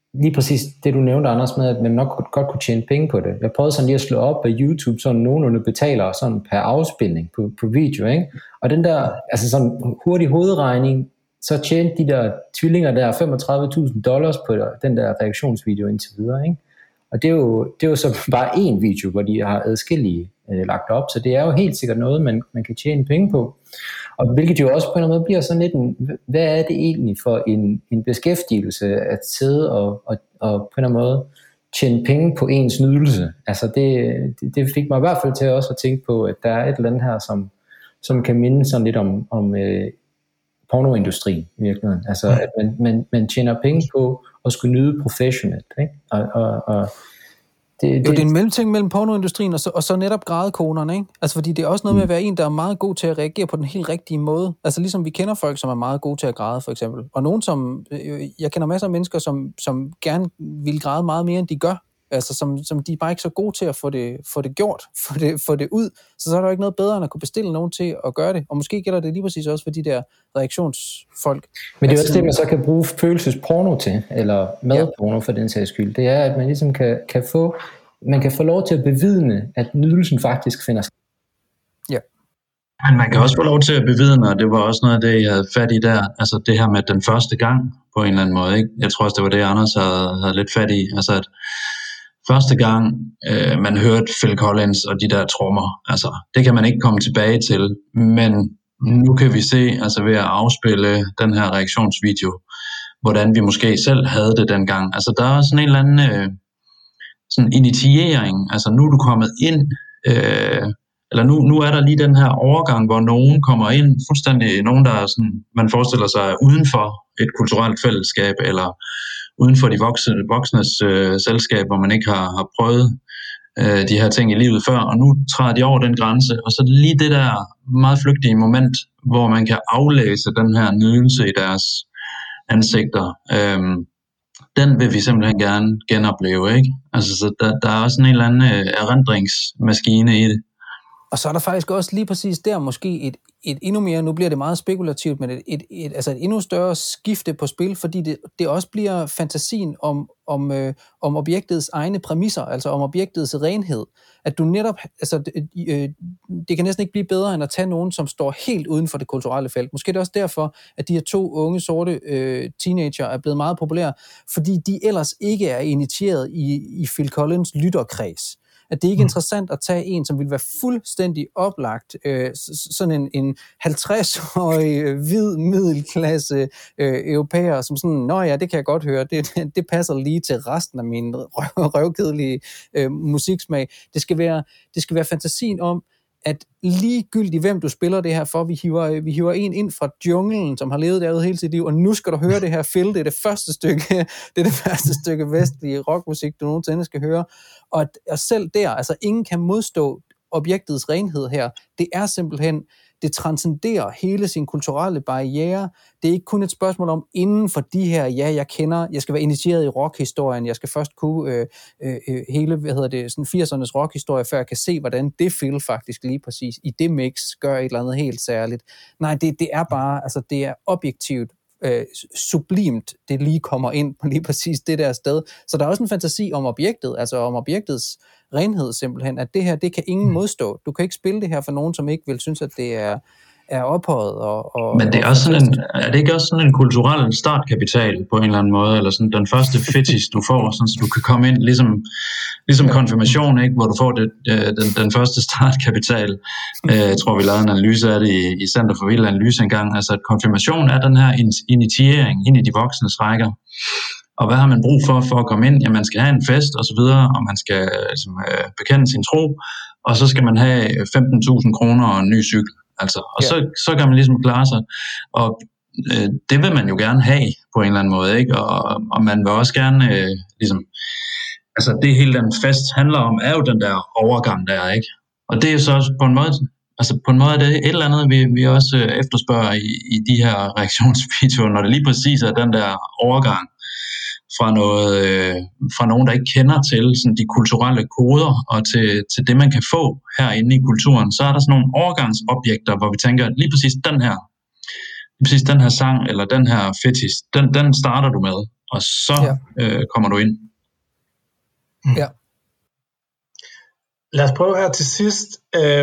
lige præcis det, du nævnte, Anders, med, at man nok godt kunne tjene penge på det. Jeg prøvede sådan lige at slå op, at YouTube sådan nogenlunde betaler sådan per afspilning på, på video, ikke? Og den der, altså sådan hurtig hovedregning, så tjente de der tvillinger der femogtredive tusind dollars på den der reaktionsvideo indtil videre, ikke? Og det er jo, det er jo så bare én video, hvor de har adskillige øh, lagt op, så det er jo helt sikkert noget, man, man kan tjene penge på. Og hvilket jo også på en eller anden måde bliver sådan lidt en, hvad er det egentlig for en, en beskæftigelse at sidde og, og, og på en eller anden måde tjene penge på ens nydelse. Altså det, det, det fik mig i hvert fald til også at tænke på, at der er et eller andet her, som, som kan minde sådan lidt om, om øh, pornoindustrien i virkeligheden. Altså at man, man, man tjener penge på at skulle nyde professionelt, ikke? Og, og, og Det, det, jo, det er en mellemting mellem pornoindustrien og så, og så netop grædekonerne, ikke? Altså, fordi det er også noget med at være en, der er meget god til at reagere på den helt rigtige måde. Altså, ligesom vi kender folk, som er meget gode til at græde, for eksempel. Og nogen, som... Jeg kender masser af mennesker, som, som gerne vil græde meget mere, end de gør. Altså, som, som de er bare ikke så gode til at få det, få det gjort, få det, få det ud. Så så er der jo ikke noget bedre, end at kunne bestille nogen til at gøre det. Og måske gælder det lige præcis også for de der reaktionsfolk. Men det er også det, man så kan bruge følelsesporno til, eller madporno ja. For den sags skyld. Det er, at man ligesom kan, kan få... Man kan få lov til at bevidne, at nydelsen faktisk finder sted. Ja. Men man kan også få lov til at bevidne, og det var også noget af det, jeg havde fat i der, altså det her med den første gang, på en eller anden måde, ikke? Jeg tror også, det var det, Anders havde, havde lidt fat i, altså at første gang, øh, man hørte Phil Collins og de der trommer, altså det kan man ikke komme tilbage til, men nu kan vi se, altså ved at afspille den her reaktionsvideo, hvordan vi måske selv havde det dengang. Altså der er sådan en eller anden... Øh, sådan initiering, altså nu er du kommet ind, øh, eller nu, nu er der lige den her overgang, hvor nogen kommer ind, fuldstændig nogen, der er sådan, man forestiller sig uden for et kulturelt fællesskab, eller uden for de voksne, voksnes øh, selskab, hvor man ikke har, har prøvet øh, de her ting i livet før, og nu træder de over den grænse, og så lige det der meget flygtige moment, hvor man kan aflæse den her nydelse i deres ansigter, øh, den vil vi simpelthen gerne genopleve, ikke? Altså, så der, der er også en eller anden øh, erindringsmaskine i det. Og så er der faktisk også lige præcis der måske et, et endnu mere, nu bliver det meget spekulativt, men et, et, et, altså et endnu større skifte på spil, fordi det, det også bliver fantasien om, om, øh, om objektets egne præmisser, altså om objektets renhed. At du netop, altså øh, det kan næsten ikke blive bedre, end at tage nogen, som står helt uden for det kulturelle felt. Måske er det også derfor, at de her to unge, sorte øh, teenager er blevet meget populære, fordi de ellers ikke er initieret i, i Phil Collins lytterkreds. At det ikke er interessant at tage en, som vil være fuldstændig oplagt, øh, sådan en, en halvtreds-årig øh, hvid middelklasse øh, europæer, som sådan, nå ja, det kan jeg godt høre, det, det passer lige til resten af min røv, røvkedelige øh, musiksmag. Det skal være, det skal være fantasien om, at ligegyldigt hvem du spiller det her for, vi hiver, vi hiver en ind fra junglen, som har levet derude hele sit liv, og nu skal du høre det her Phil, det er det første stykke, det er det første stykke vestlige rockmusik, du nogensinde skal høre, og, og selv der, altså ingen kan modstå objektets renhed her, det er simpelthen, det transcenderer hele sin kulturelle barriere. Det er ikke kun et spørgsmål om, inden for de her, ja, jeg kender, jeg skal være initieret i rockhistorien, jeg skal først kunne øh, øh, hele, hvad hedder det, sådan firsernes rockhistorie, før jeg kan se, hvordan det Phil faktisk lige præcis i det mix gør et eller andet helt særligt. Nej, det, det er bare, altså det er objektivt, øh, sublimt, det lige kommer ind på lige præcis det der sted. Så der er også en fantasi om objektet, altså om objektets renhed simpelthen, at det her, det kan ingen modstå. Du kan ikke spille det her for nogen, som ikke vil synes, at det er, er ophøjet. Og, og, Men det er, også sådan en, er det ikke også sådan en kulturel startkapital på en eller anden måde, eller sådan den første fetish, du får, sådan, så du kan komme ind, ligesom, ligesom ja. Konfirmation, ikke, hvor du får det, den, den første startkapital. Jeg tror, vi lavede en analyse af det i, i Center for Vild Analyse engang, altså at konfirmation er den her initiering ind i de voksnes rækker. Og hvad har man brug for for at komme ind? Ja, man skal have en fest og så videre, og man skal ligesom, øh, bekende sin tro, og så skal man have femten tusind kroner og en ny cykel. Altså, og ja. så, så kan man ligesom klare sig. Og øh, det vil man jo gerne have på en eller anden måde, ikke? Og, og man vil også gerne øh, ligesom, altså det hele den fest handler om, er jo den der overgang der, ikke? Og det er så også på en måde, altså på en måde er det et eller andet, vi, vi også efterspørger i, i de her reaktionsvideoer, når det lige præcis er den der overgang fra noget, øh, fra nogen, der ikke kender til sådan de kulturelle koder, og til, til det, man kan få herinde i kulturen, så er der sådan nogle overgangsobjekter, hvor vi tænker, at lige præcis den her, lige præcis den her sang, eller den her fetish, den, den starter du med, og så ja. øh, kommer du ind. Mm. Ja. Lad os prøve her til sidst øh,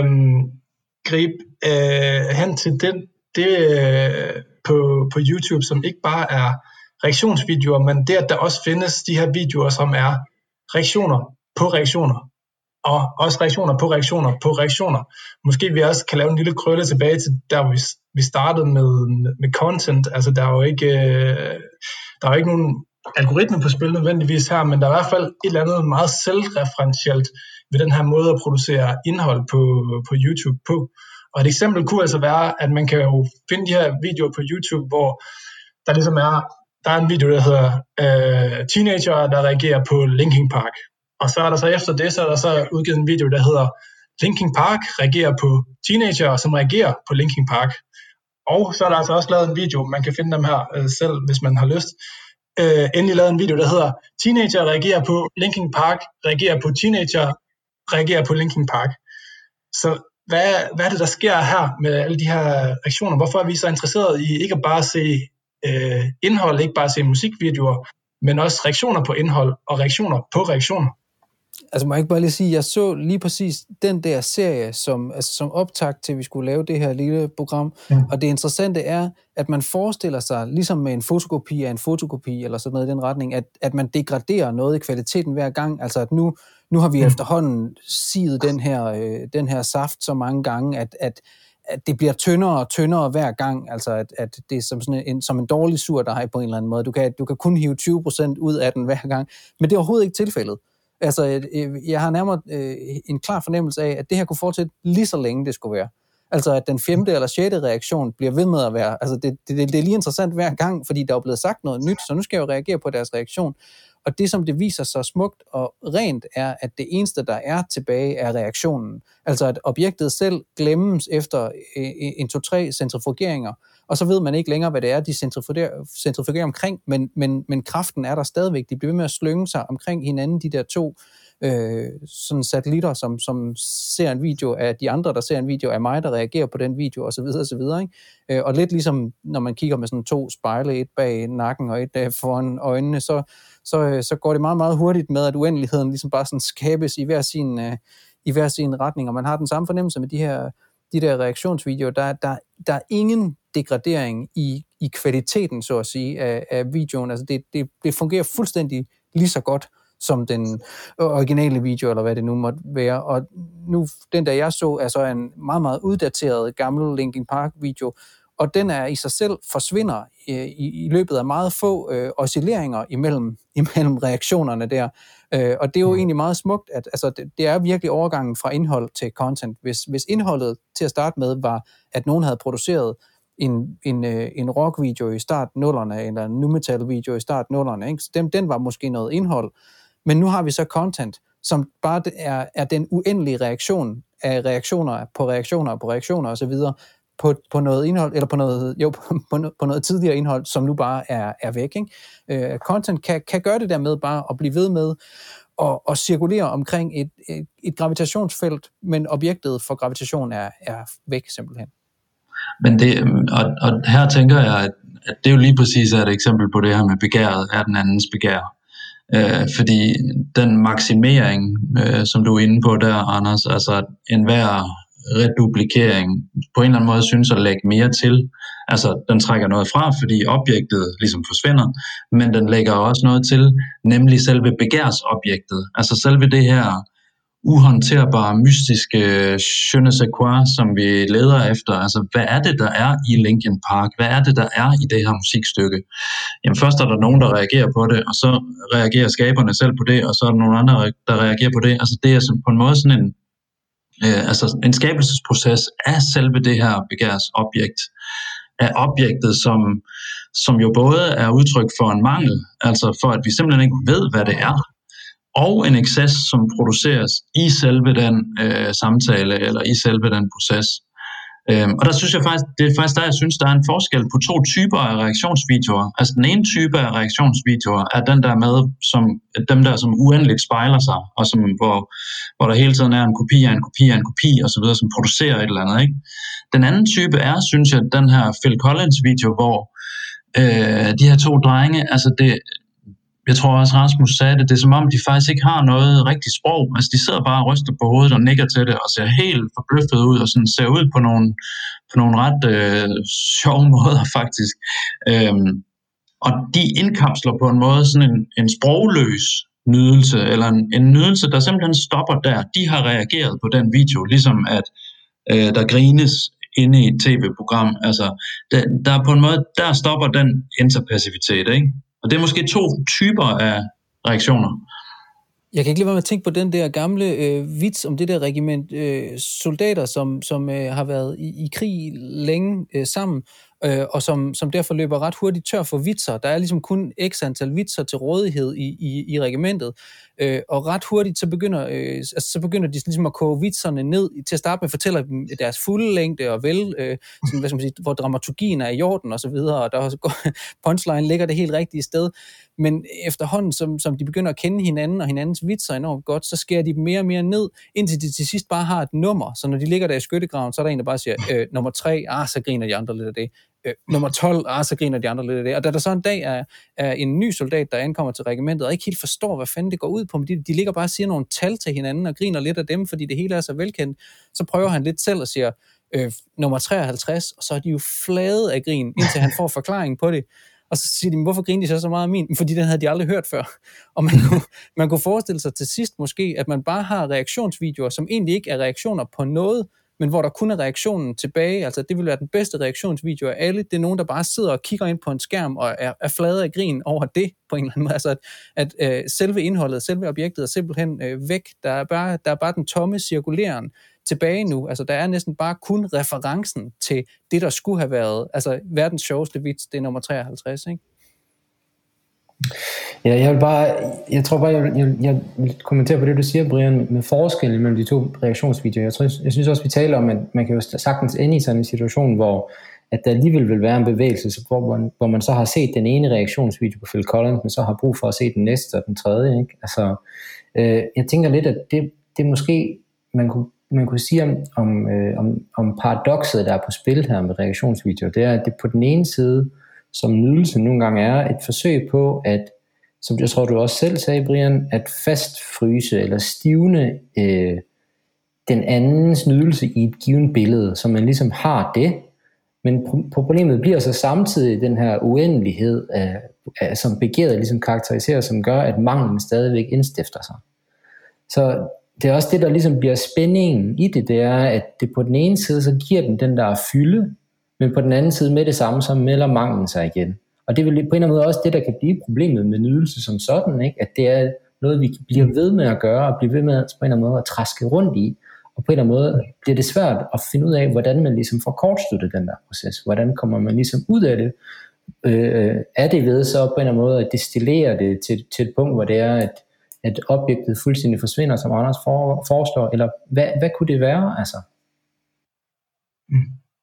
gribe øh, hen til den, det øh, på, på YouTube, som ikke bare er reaktionsvideoer, men det, at der også findes de her videoer, som er reaktioner på reaktioner, og også reaktioner på reaktioner på reaktioner. Måske vi også kan lave en lille krølle tilbage til der, hvor vi, vi startede med, med content. Altså, der er jo ikke, øh, der er jo ikke nogen algoritme på spil nødvendigvis her, men der er i hvert fald et eller andet meget selvreferentielt ved den her måde at producere indhold på, på YouTube på. Og et eksempel kunne altså være, at man kan jo finde de her videoer på YouTube, hvor der ligesom er, der er en video, der hedder øh, Teenager, der reagerer på Linkin Park. Og så er der så efter det, så er der så udgivet en video, der hedder Linkin Park reagerer på teenager, som reagerer på Linkin Park. Og så er der altså også lavet en video, man kan finde dem her øh, selv, hvis man har lyst. Øh, endelig lavet en video, der hedder Teenager reagerer på Linkin Park, reagerer på teenager, reagerer på Linkin Park. Så hvad, hvad er det, der sker her med alle de her reaktioner? Hvorfor er vi så interesserede i ikke at bare se øh, indhold, ikke bare se musikvideoer, men også reaktioner på indhold og reaktioner på reaktioner? Altså må jeg ikke bare lige sige, jeg så lige præcis den der serie, som, altså, som optakt til, at vi skulle lave det her lille program, mm. og det interessante er, at man forestiller sig, ligesom med en fotokopi af en fotokopi, eller sådan noget i den retning, at, at man degraderer noget i kvaliteten hver gang, altså at nu, nu har vi mm. efterhånden siget den her, øh, den her saft så mange gange, at, at at det bliver tyndere og tyndere hver gang, altså at, at det er som, sådan en, som en dårlig surdej på en eller anden måde. Du kan, du kan kun hive tyve procent ud af den hver gang, men det er overhovedet ikke tilfældet. Altså, jeg har nærmere øh, en klar fornemmelse af, at det her kunne fortsætte lige så længe det skulle være. Altså, at den femte eller sjette reaktion bliver ved med at være, altså det, det, det er lige interessant hver gang, fordi der er blevet sagt noget nyt, så nu skal jeg jo reagere på deres reaktion. Og det, som det viser sig smukt og rent, er, at det eneste, der er tilbage, er reaktionen. Altså, at objektet selv glemmes efter en, to, tre centrifugeringer, og så ved man ikke længere, hvad det er, de centrifugerer, centrifugerer omkring, men, men, men kraften er der stadigvæk. De bliver ved med at slynge sig omkring hinanden, de der to øh, sådan satellitter, som, som ser en video af de andre, der ser en video af mig, der reagerer på den video, og så videre, og så videre, ikke? Øh, og lidt ligesom, når man kigger med sådan to spejle, et bag nakken og et øh, foran øjnene, så, så, så går det meget, meget hurtigt med, at uendeligheden ligesom bare sådan skabes i hver sin, øh, i hver sin retning, og man har den samme fornemmelse med de her de der reaktionsvideoer. Der, der, der er ingen degradering i, i kvaliteten, så at sige, af, af videoen. Altså det, det, det fungerer fuldstændig lige så godt som den originale video, eller hvad det nu måtte være. Og nu, den der jeg så, er så en meget, meget uddateret gammel Linkin Park video, og den er i sig selv forsvinder øh, i, i løbet af meget få øh, oscilleringer imellem, imellem reaktionerne der. Øh, og det er jo egentlig meget smukt, at altså, det, det er virkelig overgangen fra indhold til content. Hvis, hvis indholdet til at starte med var, at nogen havde produceret en, en, øh, en rockvideo i start nullerne, eller en nu metal video i start nullerne, ikke? Så den, den var måske noget indhold. Men nu har vi så content, som bare er, er den uendelige reaktion af reaktioner på reaktioner på reaktioner osv., På, på noget indhold, eller på noget, jo, på, på noget tidligere indhold, som nu bare er, er væk. Ikke? Uh, content kan, kan gøre det der med bare at blive ved med at, at cirkulere omkring et, et, et gravitationsfelt, men objektet for gravitation er, er væk simpelthen. Men det, og, og her tænker jeg, at, at det jo lige præcis er et eksempel på det her med begæret er den andens begær. Uh, fordi den maksimering, uh, som du er inde på der, Anders, altså enhver reduplikering på en eller anden måde synes at lægge mere til. Altså, den trækker noget fra, fordi objektet ligesom forsvinder, men den lægger også noget til, nemlig selve begærsobjektet. Altså selve det her uhåndterbare, mystiske je ne sais quoi, som vi leder efter. Altså, hvad er det, der er i Linkin Park? Hvad er det, der er i det her musikstykke? Jamen, først er der nogen, der reagerer på det, og så reagerer skaberne selv på det, og så er der nogle andre, der reagerer på det. Altså, det er på en måde sådan en Øh, altså en skabelsesproces af selve det her begærsobjekt, af objektet, som, som jo både er udtryk for en mangel, altså for at vi simpelthen ikke ved, hvad det er, og en excess, som produceres i selve den øh, samtale, eller i selve den proces. Øhm, og der synes jeg faktisk, det er faktisk der, jeg synes, der er en forskel på to typer af reaktionsvideoer. Altså den ene type af reaktionsvideoer er den der med, som, dem der, som uendeligt spejler sig, og som, hvor, hvor der hele tiden er en kopi af en kopi af en kopi, og så videre, som producerer et eller andet, ikke? Den anden type er, synes jeg, den her Phil Collins video, hvor øh, de her to drenge, altså det, jeg tror også, Rasmus sagde det, det er som om, de faktisk ikke har noget rigtigt sprog. Altså, de sidder bare og ryster på hovedet og nikker til det, og ser helt forbløffet ud, og sådan ser ud på nogle, på nogle ret øh, sjove måder, faktisk. Øhm, og de indkapsler på en måde sådan en, en sprogløs nydelse, eller en, en nydelse, der simpelthen stopper der. De har reageret på den video, ligesom at øh, der grines inde i et tv-program. Altså, der, der på en måde, der stopper den interpassivitet, ikke? Og det er måske to typer af reaktioner. Jeg kan ikke lade være med at tænke på den der gamle øh, vits om det der regiment øh, soldater, som, som øh, har været i, i krig længe øh, sammen, øh, og som, som derfor løber ret hurtigt tør for vitser. Der er ligesom kun x antal vitser til rådighed i, i, i regimentet, øh, og ret hurtigt så begynder, øh, altså, så begynder de ligesom at koge vitserne ned. Til at starte med fortæller dem deres fulde længde og vel, øh, sådan, hvad skal man sige, hvor dramaturgien er i orden og så videre, og der også punchline ligger det helt rigtige sted. Men efterhånden, som, som de begynder at kende hinanden og hinandens vitser enormt godt, så skærer de dem mere og mere ned, indtil de til sidst bare har et nummer. Så når de ligger der i skyttegraven, så er der en, der bare siger, øh, nummer tre, ah, så griner de andre lidt af det. Øh, nummer tolv, ah, så griner de andre lidt af det. Og da der så en dag er, er en ny soldat, der ankommer til regimentet, og ikke helt forstår, hvad fanden det går ud på, men de, de ligger bare og siger nogle tal til hinanden og griner lidt af dem, fordi det hele er så velkendt, så prøver han lidt selv og siger, øh, nummer treoghalvtreds, og så er de jo flade af grin, indtil han får forklaring på det. Og så siger de, hvorfor griner de så så meget af min? Fordi den havde de aldrig hørt før. Og man kunne, man kunne forestille sig til sidst måske, at man bare har reaktionsvideoer, som egentlig ikke er reaktioner på noget, men hvor der kun er reaktionen tilbage. Altså det vil være den bedste reaktionsvideo af alle. Det er nogen, der bare sidder og kigger ind på en skærm og er, er flade af grin over det på en eller anden måde. Altså at, at øh, selve indholdet, selve objektet er simpelthen øh, væk. Der er, bare, der er bare den tomme cirkuleren tilbage nu. Altså der er næsten bare kun referencen til det, der skulle have været, altså verdens sjoveste vits, det er nummer treoghalvtreds, ikke? Ja, jeg vil bare, jeg tror bare, jeg vil, jeg, jeg vil kommentere på det, du siger, Brian, med forskellen mellem de to reaktionsvideoer. Jeg, tror, jeg synes også, vi taler om, at man kan jo sagtens ende i sådan en situation, hvor at der alligevel vil være en bevægelse, hvor man, hvor man så har set den ene reaktionsvideo på Phil Collins, men så har brug for at se den næste og den tredje, ikke? Altså, øh, jeg tænker lidt, at det, det måske, man kunne man kunne sige om, om, øh, om, om paradokset, der er på spil her med reaktionsvideoer, det er, at det på den ene side, som nydelse nogle gange er, et forsøg på, at, som jeg tror, du også selv sagde, Brian, at fastfryse eller stivne øh, den andens nydelse i et givet billede, så man ligesom har det, men problemet bliver så samtidig den her uendelighed, af, af, som begæret ligesom karakteriserer, som gør, at manglen stadigvæk indstifter sig. Så det er også det, der ligesom bliver spændingen i det, det er, at det på den ene side, så giver den den der fylde, men på den anden side med det samme, så melder manglen sig igen. Og det er vel på en eller anden måde også det, der kan blive problemet med nydelse som sådan, ikke? At det er noget, vi bliver ved med at gøre, og bliver ved med på en eller anden måde at traske rundt i, og på en eller anden måde bliver det svært at finde ud af, hvordan man ligesom får kortsluttet den der proces. Hvordan kommer man ligesom ud af det? Øh, er det ved så på en eller anden måde at destillere det til, til et punkt, hvor det er, at at objektet fuldstændig forsvinder, som Anders for, foreslår, eller hvad, hvad kunne det være, altså? Mm.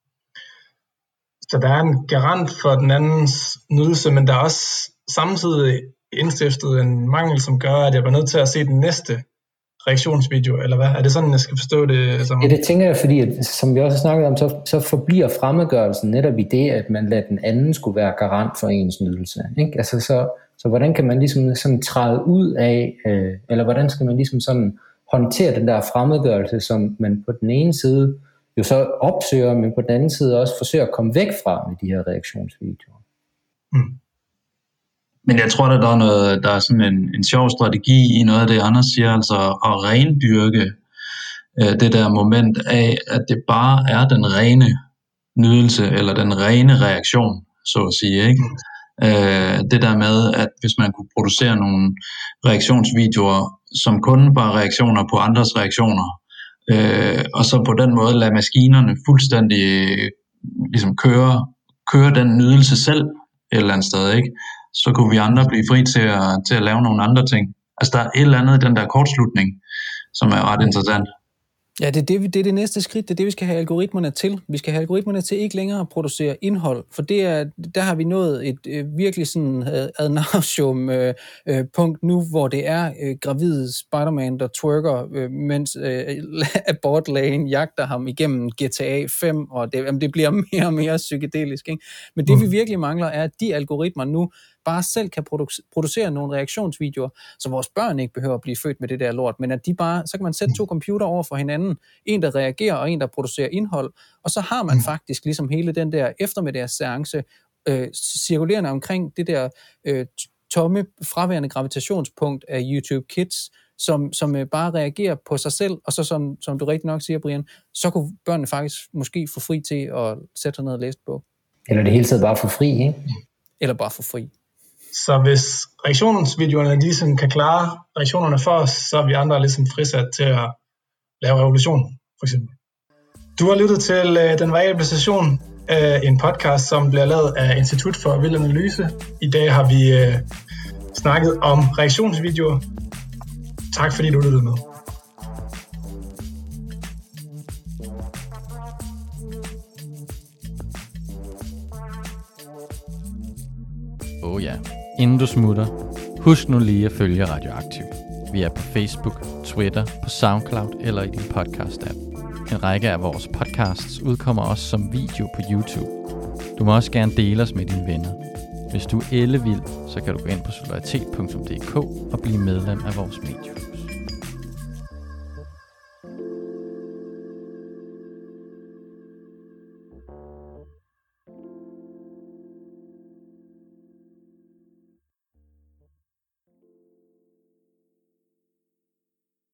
Så der er en garant for den andens nydelse, men der er også samtidig indstiftet en mangel, som gør, at jeg bliver nødt til at se den næste reaktionsvideo, eller hvad? Er det sådan, jeg skal forstå det? Som... Ja, det tænker jeg, fordi at, som vi også har snakket om, så, så forbliver fremmedgørelsen netop i det, at man lader den anden skulle være garant for ens nydelse, ikke? Altså så Så hvordan kan man ligesom sådan træde ud af, øh, eller hvordan skal man ligesom sådan håndtere den der fremmedgørelse, som man på den ene side jo så opsøger, men på den anden side også forsøger at komme væk fra med de her reaktionsvideoer. Mm. Men jeg tror, at der er, noget, der er sådan en, en sjov strategi i noget af det, Anders siger, altså at rendyrke øh, det der moment af, at det bare er den rene nydelse, eller den rene reaktion, så at sige, ikke? Mm. Øh, det der med, at hvis man kunne producere nogle reaktionsvideoer, som kun var reaktioner på andres reaktioner, øh, og så på den måde lade maskinerne fuldstændig ligesom køre, køre den nydelse selv et eller andet sted, ikke? Så kunne vi andre blive fri til at, til at lave nogle andre ting. Altså der er et eller andet i den der kortslutning, som er ret interessant. Ja, det er det, det er det næste skridt, det er det, vi skal have algoritmerne til. Vi skal have algoritmerne til ikke længere at producere indhold, for det er, der har vi nået et øh, virkelig sådan ad nauseum øh, øh, punkt nu, hvor det er øh, gravide Spider-Man, der twerker, øh, mens øh, abortlægen jagter ham igennem G T A fem, og det, jamen, det bliver mere og mere psykedelisk, ikke? Men det, vi virkelig mangler, er, at de algoritmer nu bare selv kan produ- producere nogle reaktionsvideoer, så vores børn ikke behøver at blive født med det der lort, men at de bare, så kan man sætte to computer over for hinanden, en der reagerer og en der producerer indhold, og så har man faktisk ligesom hele den der eftermiddagsseance øh, cirkulerende omkring det der øh, tomme, fraværende gravitationspunkt af YouTube Kids, som, som øh, bare reagerer på sig selv, og så som, som du rigtig nok siger, Brian, så kunne børnene faktisk måske få fri til at sætte sig ned og læse bog. Eller det hele tiden bare få fri, ikke? Eller bare få fri. Så hvis reaktionsvideoerne ligesom kan klare reaktionerne for os, så er vi andre ligesom frisat til at lave revolution, for eksempel. Du har lyttet til uh, Den Variable Station, uh, en podcast, som bliver lavet af Institut for Vild Analyse. I dag har vi uh, snakket om reaktionsvideoer. Tak fordi du lyttede med. Åh oh ja. Inden du smutter, husk nu lige at følge Radioaktiv. Vi er på Facebook, Twitter, på SoundCloud eller i din podcast-app. En række af vores podcasts udkommer også som video på YouTube. Du må også gerne dele os med dine venner. Hvis du er ellevild, så kan du gå ind på solidaritet punktum d k og blive medlem af vores mediehus.